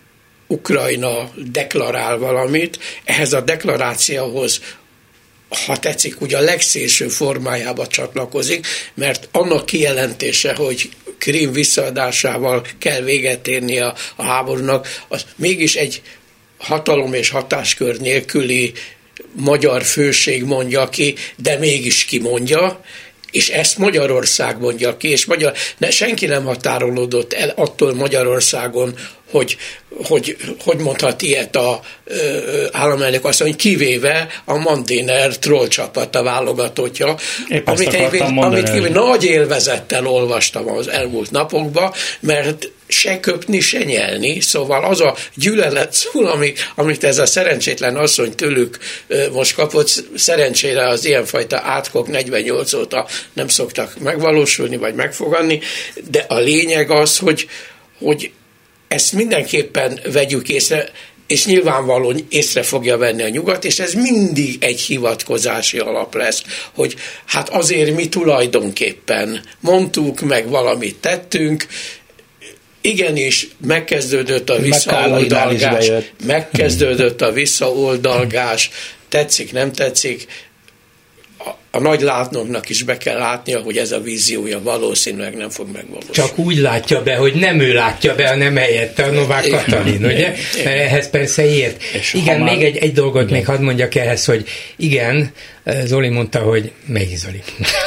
Ukrajna deklarál valamit, ehhez a deklarációhoz, ha tetszik, ugye a legszélső formájába csatlakozik, mert annak kijelentése, hogy Krím visszaadásával kell véget érni a, a háborúnak, az mégis egy hatalom és hatáskör nélküli magyar főség mondja ki, de mégis kimondja, és ezt Magyarország mondja ki, és magyar, ne, senki nem határolódott el attól Magyarországon, hogy hogy, hogy mondhat ilyet a ö, államelnök azt mondja, kivéve a Mandiner troll csapata válogatottja, Épp amit én, amit én nagy élvezettel olvastam az elmúlt napokban, mert se köpni, se nyelni, szóval az a gyűlölet szó, amit, amit ez a szerencsétlen asszony tőlük most kapott, szerencsére az ilyenfajta átkok negyvennyolc óta nem szoktak megvalósulni, vagy megfogadni, de a lényeg az, hogy, hogy ezt mindenképpen vegyük észre, és nyilvánvalóan észre fogja venni a nyugat, és ez mindig egy hivatkozási alap lesz, hogy hát azért mi tulajdonképpen mondtuk, meg valamit tettünk, igenis megkezdődött a visszaoldalgás, megkezdődött a visszaoldalgás, tetszik, nem tetszik, a nagy látnoknak is be kell látnia, hogy ez a víziója valószínűleg nem fog megvalósulni. Csak úgy látja be, hogy nem ő látja be, hanem helyette a Novák Katalin, ugye? Mert ehhez persze ért. És igen, már... még egy, egy dolgot igen. még hadd mondjak ehhez, hogy igen, Zoli mondta, hogy melyik Zoli?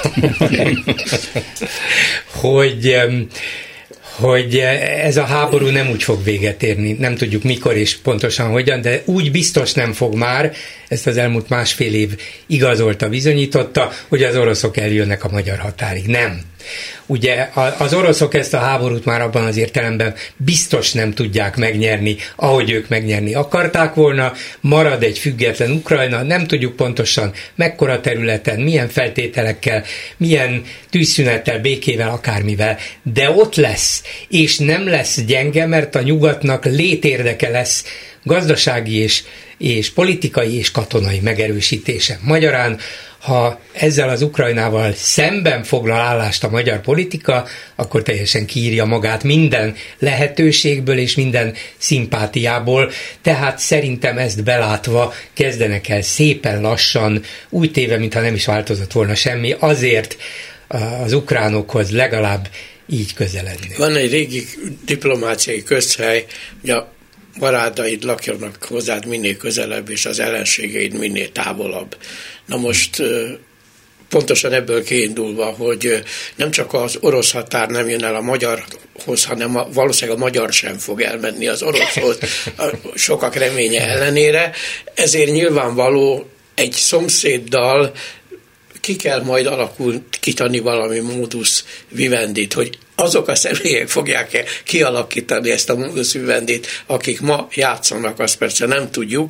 hogy... hogy ez a háború nem úgy fog véget érni, nem tudjuk mikor és pontosan hogyan, de úgy biztos nem fog már, ezt az elmúlt másfél év igazolta, bizonyította, hogy az oroszok eljönnek a magyar határig. Nem. Ugye az oroszok ezt a háborút már abban az értelemben biztos nem tudják megnyerni, ahogy ők megnyerni akarták volna, marad egy független Ukrajna, nem tudjuk pontosan mekkora területen, milyen feltételekkel, milyen tűzszünettel, békével, akármivel, de ott lesz, és nem lesz gyenge, mert a nyugatnak létérdeke lesz gazdasági és, és politikai és katonai megerősítése. Magyarán, ha ezzel az Ukrajnával szemben foglal állást a magyar politika, akkor teljesen kiírja magát minden lehetőségből és minden szimpátiából, tehát szerintem ezt belátva kezdenek el szépen lassan, úgy téve, mintha nem is változott volna semmi, azért az ukránokhoz legalább így közeledni. Van egy régi diplomáciai közhely, hogy a barátaid lakjanak hozzád minél közelebb, és az ellenségeid minél távolabb. Na most pontosan ebből kiindulva, hogy nem csak az orosz határ nem jön el a magyarhoz, hanem a, valószínűleg a magyar sem fog elmenni az oroszhoz, sokak reménye ellenére, ezért nyilvánvaló egy szomszéddal ki kell majd alakítani valami modus vivendit, hogy azok a személyek fogják kialakítani ezt a modus vivendit, akik ma játszanak, azt persze nem tudjuk.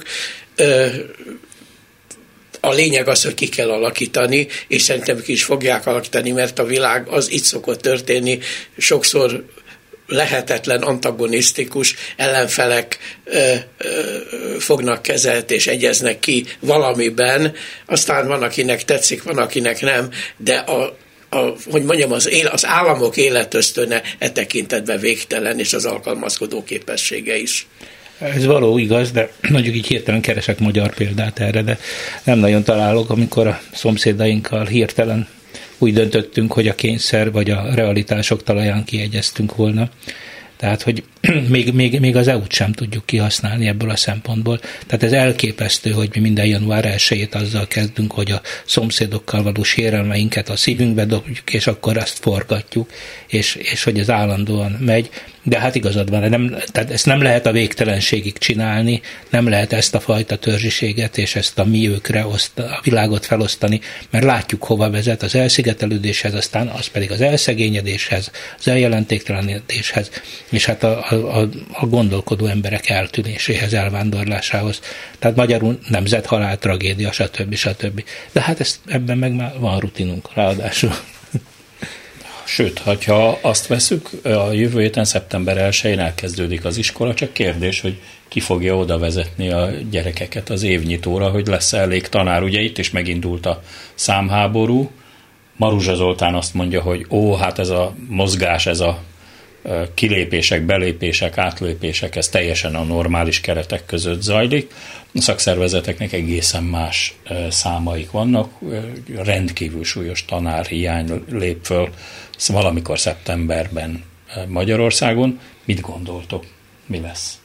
A lényeg az, hogy ki kell alakítani, és szerintem ki is fogják alakítani, mert a világ az itt szokott történni, sokszor lehetetlen, antagonisztikus ellenfelek ö, ö, fognak kezelt és egyeznek ki valamiben, aztán van, akinek tetszik, van, akinek nem, de a, a, hogy mondjam, az, él, az államok életösztöne e tekintetben végtelen, és az alkalmazkodó képessége is. Ez való igaz, de mondjuk így hirtelen keresek magyar példát erre, de nem nagyon találok, amikor a szomszédainkkal hirtelen úgy döntöttünk, hogy a kényszer vagy a realitások talaján kiegyeztünk volna. Tehát, hogy még, még, még az é u-t sem tudjuk kihasználni ebből a szempontból. Tehát ez elképesztő, hogy mi minden január elsejét azzal kezdünk, hogy a szomszédokkal való sérelmeinket a szívünkbe dobjuk, és akkor azt forgatjuk, és, és hogy ez állandóan megy. De hát igazad van, nem, tehát ezt nem lehet a végtelenségig csinálni, nem lehet ezt a fajta törzsiséget és ezt a miőkre oszt, a világot felosztani, mert látjuk, hova vezet az elszigetelődéshez, aztán az pedig az elszegényedéshez, az eljelentéktelenedéshez, és hát a, a, a gondolkodó emberek eltűnéséhez, elvándorlásához. Tehát magyarul nemzethalál, tragédia, stb. stb. De hát ezt, ebben meg már van rutinunk ráadásul. Sőt, ha azt veszük, a jövő héten szeptember elsején elkezdődik az iskola, csak kérdés, hogy ki fogja oda vezetni a gyerekeket az évnyitóra, hogy lesz elég tanár. Ugye itt is megindult a számháború. Maruzsa Zoltán azt mondja, hogy ó, hát ez a mozgás, ez a kilépések, belépések, átlépések, ez teljesen a normális keretek között zajlik. A szakszervezeteknek egészen más számaik vannak, rendkívül súlyos tanárhiány lép föl valamikor szeptemberben Magyarországon. Mit gondoltok? Mi lesz?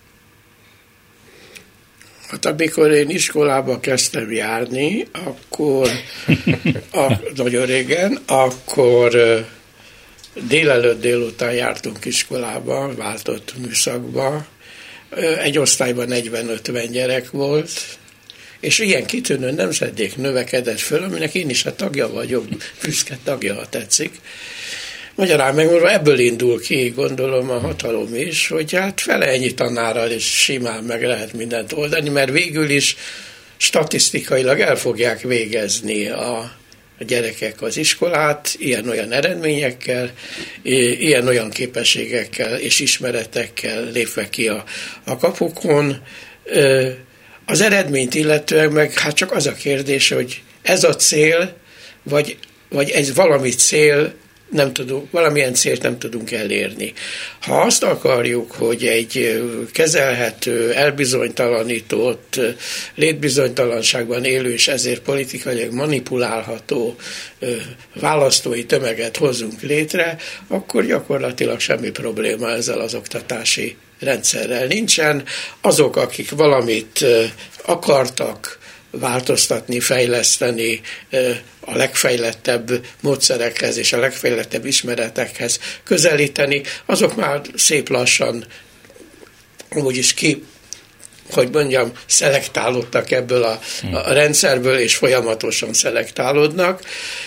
Hát amikor én iskolába kezdtem járni, akkor a, nagyon régen, akkor délelőtt délután jártunk iskolába, váltott műszakba. Egy osztályban negyven-ötven gyerek volt, és ilyen kitűnő nemzedék növekedett föl, aminek én is a tagja vagyok, büszke tagja, ha tetszik. Magyarán megmondva ebből indul ki, gondolom, a hatalom is, hogy hát fele ennyi tanárral is simán meg lehet mindent oldani, mert végül is statisztikailag el fogják végezni a, a gyerekek az iskolát, ilyen-olyan eredményekkel, ilyen-olyan képességekkel és ismeretekkel lépve ki a, a kapukon. Az eredményt illetően meg hát csak az a kérdés, hogy ez a cél, vagy, vagy ez valami cél, nem tudunk, valamilyen célt nem tudunk elérni. Ha azt akarjuk, hogy egy kezelhető, elbizonytalanított, létbizonytalanságban élő és ezért politikailag manipulálható választói tömeget hozzunk létre, akkor gyakorlatilag semmi probléma ezzel az oktatási rendszerrel nincsen. Azok, akik valamit akartak változtatni, fejleszteni a legfejlettebb módszerekhez és a legfejlettebb ismeretekhez közelíteni, azok már szép lassan úgy is ki, hogy mondjam, szelektálódtak ebből a, a rendszerből, és folyamatosan szelektálódnak.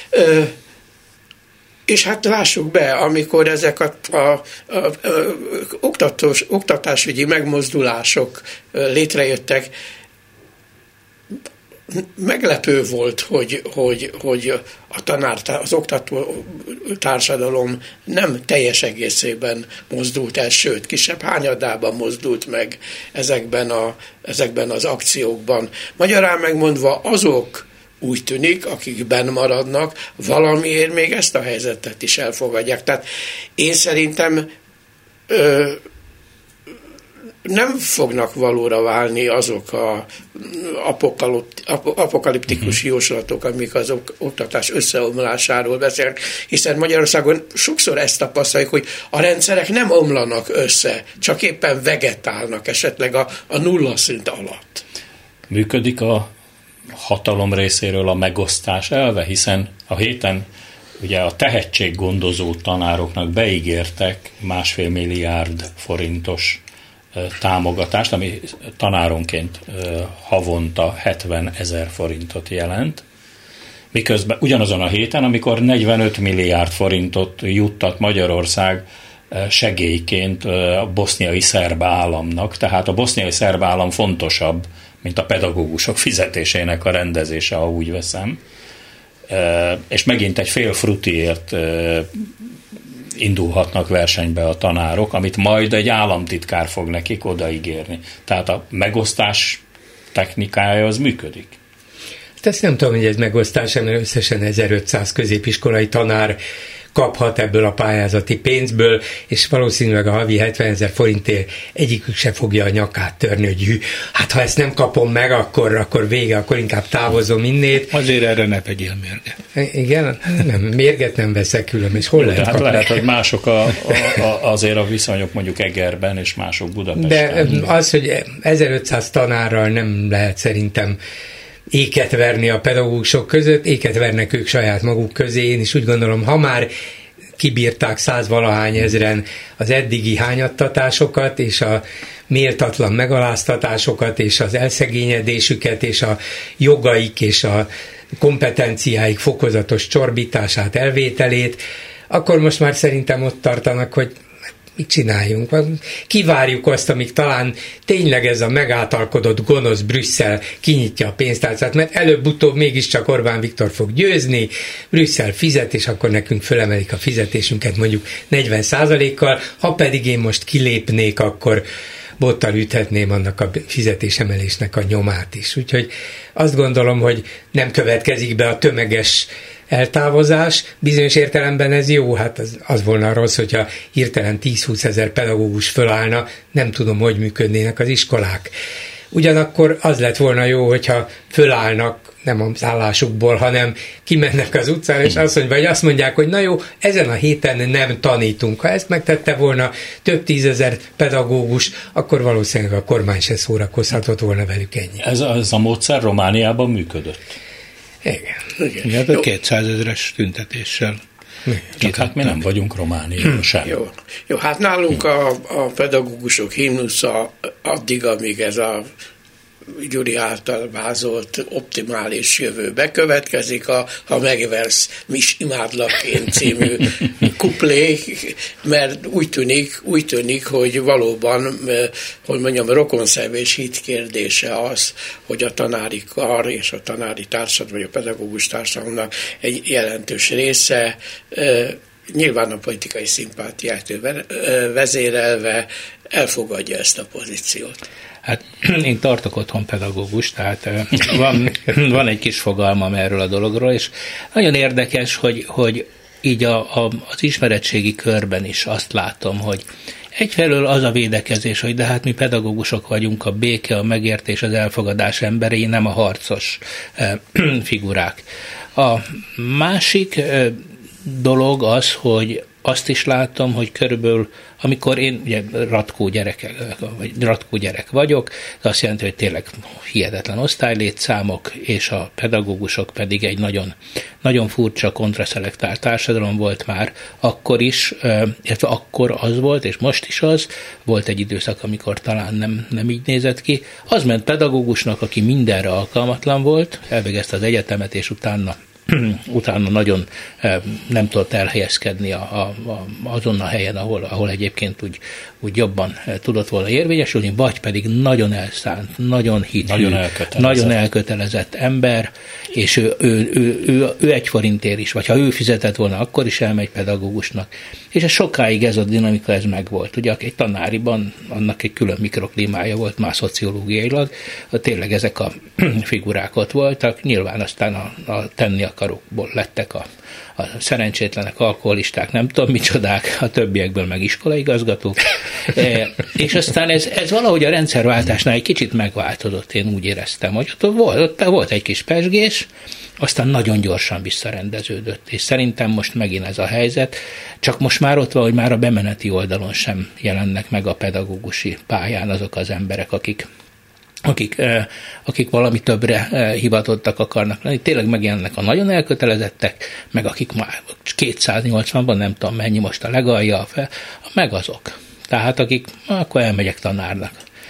És hát lássuk be, amikor ezek a, a, a, a oktatós, oktatásügyi megmozdulások létrejöttek, meglepő volt, hogy, hogy, hogy a tanár, az oktató társadalom nem teljes egészében mozdult el, sőt, kisebb hányadában mozdult meg ezekben, a, ezekben az akciókban. Magyarán megmondva, azok úgy tűnik, akik benn maradnak, valamiért még ezt a helyzetet is elfogadják. Tehát én szerintem ö, nem fognak valóra válni azok a apokaliptikus jóslatok, amik az oktatás összeomlásáról beszélnek, hiszen Magyarországon sokszor ezt tapasztaljuk, hogy a rendszerek nem omlanak össze, csak éppen vegetálnak esetleg a, a nulla szint alatt. Működik a hatalom részéről a megosztás elve, hiszen a héten ugye a tehetséggondozó tanároknak beígértek másfél milliárd forintos támogatást, ami tanáronként havonta hetven ezer forintot jelent. Miközben ugyanazon a héten, amikor negyvenöt milliárd forintot juttat Magyarország segélyként a boszniai szerb államnak, tehát a boszniai szerb állam fontosabb, mint a pedagógusok fizetésének a rendezése, ha úgy veszem. És megint egy fél frutiért indulhatnak versenybe a tanárok, amit majd egy államtitkár fog nekik odaígérni. Tehát a megosztás technikája az működik. Hát ezt nem tudom, hogy ez megosztás, mert összesen ezerötszáz középiskolai tanár kaphat ebből a pályázati pénzből, és valószínűleg a havi hetven ezer forintért egyikük se fogja a nyakát törni, hogy hű, hát ha ezt nem kapom meg, akkor, akkor vége, akkor inkább távozom innét. Azért erre ne vegyél mérget. Igen? Nem, mérget nem veszek külön, és hol Jó, lehet hát kapni? lehet, hogy mások a, a, a, azért a viszonyok mondjuk Egerben, és mások Budapesten. De az, hogy ezerötszáz tanárral nem lehet szerintem éket verni a pedagógusok között, éket vernek ők saját maguk közé. Én is úgy gondolom, ha már kibírták százvalahány ezren az eddigi hányattatásokat, és a méltatlan megaláztatásokat, és az elszegényedésüket, és a jogaik, és a kompetenciáik fokozatos csorbítását, elvételét, akkor most már szerintem ott tartanak, hogy mit csináljunk? Kivárjuk azt, amíg talán tényleg ez a megátalkodott gonosz Brüsszel kinyitja a pénztárcát, mert előbb-utóbb mégiscsak Orbán Viktor fog győzni, Brüsszel fizet, és akkor nekünk fölemelik a fizetésünket mondjuk negyven százalékkal, ha pedig én most kilépnék, akkor bottal üthetném annak a fizetésemelésnek a nyomát is. Úgyhogy azt gondolom, hogy nem következik be a tömeges eltávozás. Bizonyos értelemben ez jó, hát az, az volna rossz, hogyha hirtelen tíz-húsz ezer pedagógus fölállna, nem tudom, hogy működnének az iskolák. Ugyanakkor az lett volna jó, hogyha fölállnak nem az állásukból, hanem kimennek az utcára, és azt mondják, vagy azt mondják, hogy na jó, ezen a héten nem tanítunk. Ha ezt megtette volna több tízezer pedagógus, akkor valószínűleg a kormány se szórakozhatott volna velük ennyi. Ez, ez a módszer Romániában működött? Igen. Igen, hát kétszázezres tüntetéssel. Csak hát mi nem vagyunk Romániában sem. Jó. Jó, hát nálunk a, a pedagógusok himnusza addig, amíg ez a Gyuri által vázolt optimális jövő bekövetkezik, a Ha megversz, mis imádlak én című kuplé, mert úgy tűnik, úgy tűnik, hogy valóban, hogy mondjam, rokonszervés hit kérdése az, hogy a tanári kar és a tanári társadalom, vagy a pedagógus társadalomnak egy jelentős része nyilván a politikai szimpátiáktól vezérelve elfogadja ezt a pozíciót. Hát én tartok otthon pedagógus, tehát van, van egy kis fogalmam erről a dologról, és nagyon érdekes, hogy, hogy így a, a, az ismeretségi körben is azt látom, hogy egyfelől az a védekezés, hogy de hát mi pedagógusok vagyunk, a béke, a megértés, az elfogadás emberei, nem a harcos figurák. A másik dolog az, hogy azt is látom, hogy körülbelül, amikor én ugye ratkó gyerek, vagy ratkó gyerek vagyok, az azt jelenti, hogy tényleg hihetetlen osztálylétszámok, és a pedagógusok pedig egy nagyon, nagyon furcsa, kontraszelektált társadalom volt már akkor is, illetve akkor az volt, és most is az, volt egy időszak, amikor talán nem, nem így nézett ki. Az ment pedagógusnak, aki mindenre alkalmatlan volt, elvégezte az egyetemet, és utána utána nagyon nem tudott elhelyezkedni a, a, a, azon a helyen, ahol, ahol egyébként úgy, úgy jobban tudott volna érvényesülni, vagy pedig nagyon elszánt, nagyon hitű, nagyon elkötelezett, nagyon elkötelezett ember, és ő, ő, ő, ő, ő egy forintért is, vagy ha ő fizetett volna, akkor is elmegy pedagógusnak. És ez sokáig ez a dinamika, ez megvolt. Ugye egy tanáriban annak egy külön mikroklímája volt, már szociológiailag, tényleg ezek a figurák ott voltak, nyilván aztán a, a tenni akarókból lettek a, a szerencsétlenek, alkoholisták, nem tudom micsodák, a többiekből meg iskolaigazgatók. E, és aztán ez, ez valahogy a rendszerváltásnál egy kicsit megváltozott, én úgy éreztem, hogy ott volt, ott volt egy kis pezsgés, aztán nagyon gyorsan visszarendeződött, és szerintem most megint ez a helyzet, csak most már ott van, hogy már a bemeneti oldalon sem jelennek meg a pedagógusi pályán azok az emberek, akik Akik, akik valami többre hivatottak akarnak lenni, tényleg megjelennek a nagyon elkötelezettek, meg akik már kétszáznyolcvanban, nem tudom mennyi most a legalja, meg azok. Tehát akik, akkor elmegyek tanárnak.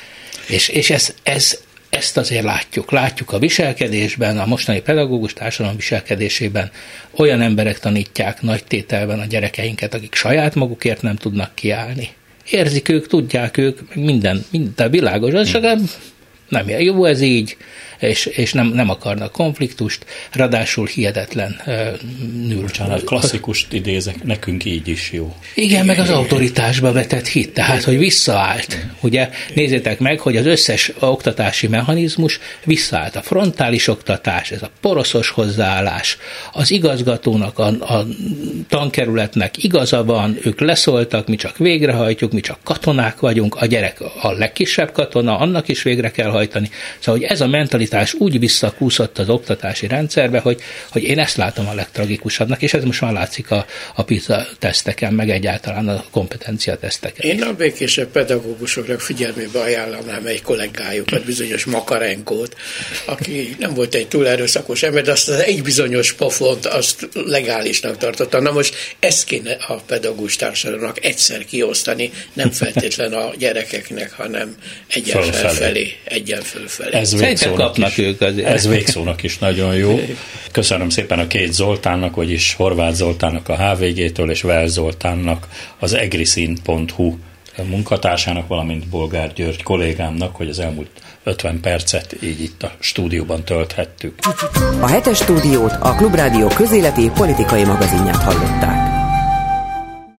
És, és ez, ez, ezt azért látjuk. Látjuk a viselkedésben, a mostani pedagógus társadalom viselkedésében. Olyan emberek tanítják nagy tételben a gyerekeinket, akik saját magukért nem tudnak kiállni. Érzik ők, tudják ők, minden, minden világos, az csak nem jó ez így, és, és nem, nem akarnak konfliktust, ráadásul hihetetlen nül. Bocsánat, klasszikust idézek, nekünk így is jó. Igen, meg az autoritásba vetett hit, tehát, hogy visszaállt. Ugye, nézzétek meg, hogy az összes oktatási mechanizmus visszaállt. A frontális oktatás, ez a poroszos hozzáállás, az igazgatónak, a, a tankerületnek igaza van, ők leszóltak, mi csak végrehajtjuk, mi csak katonák vagyunk, a gyerek a legkisebb katona, annak is végre kell hajtani. Szóval, hogy ez a mentalitás úgy visszakúszott az oktatási rendszerbe, hogy, hogy én ezt látom a legtragikusabbnak, és ez most már látszik a, a PISA teszteken, meg egyáltalán a kompetencia teszteken. Én a békésebb pedagógusoknak figyelmébe ajánlanám egy kollégájukat, bizonyos Makarenkót, aki nem volt egy túl erőszakos ember, de azt az egy bizonyos pofont azt legálisnak tartotta. Na most ezt kéne a pedagógus társadalomnak egyszer kiosztani, nem feltétlen a gyerekeknek, hanem egyen felfelé, egyen fölfelé. Ez végszónak, is, ez végszónak is nagyon jó. Köszönöm szépen a két Zoltánnak, vagyis Horváth Zoltánnak a há vé gé-től és Vel Zoltánnak az egriszín pont hú munkatársának, valamint Bolgár György kollégámnak, hogy az elmúlt ötven percet így itt a stúdióban tölthettük. A hetes stúdiót a Klubrádió közéleti politikai magazinját hallották.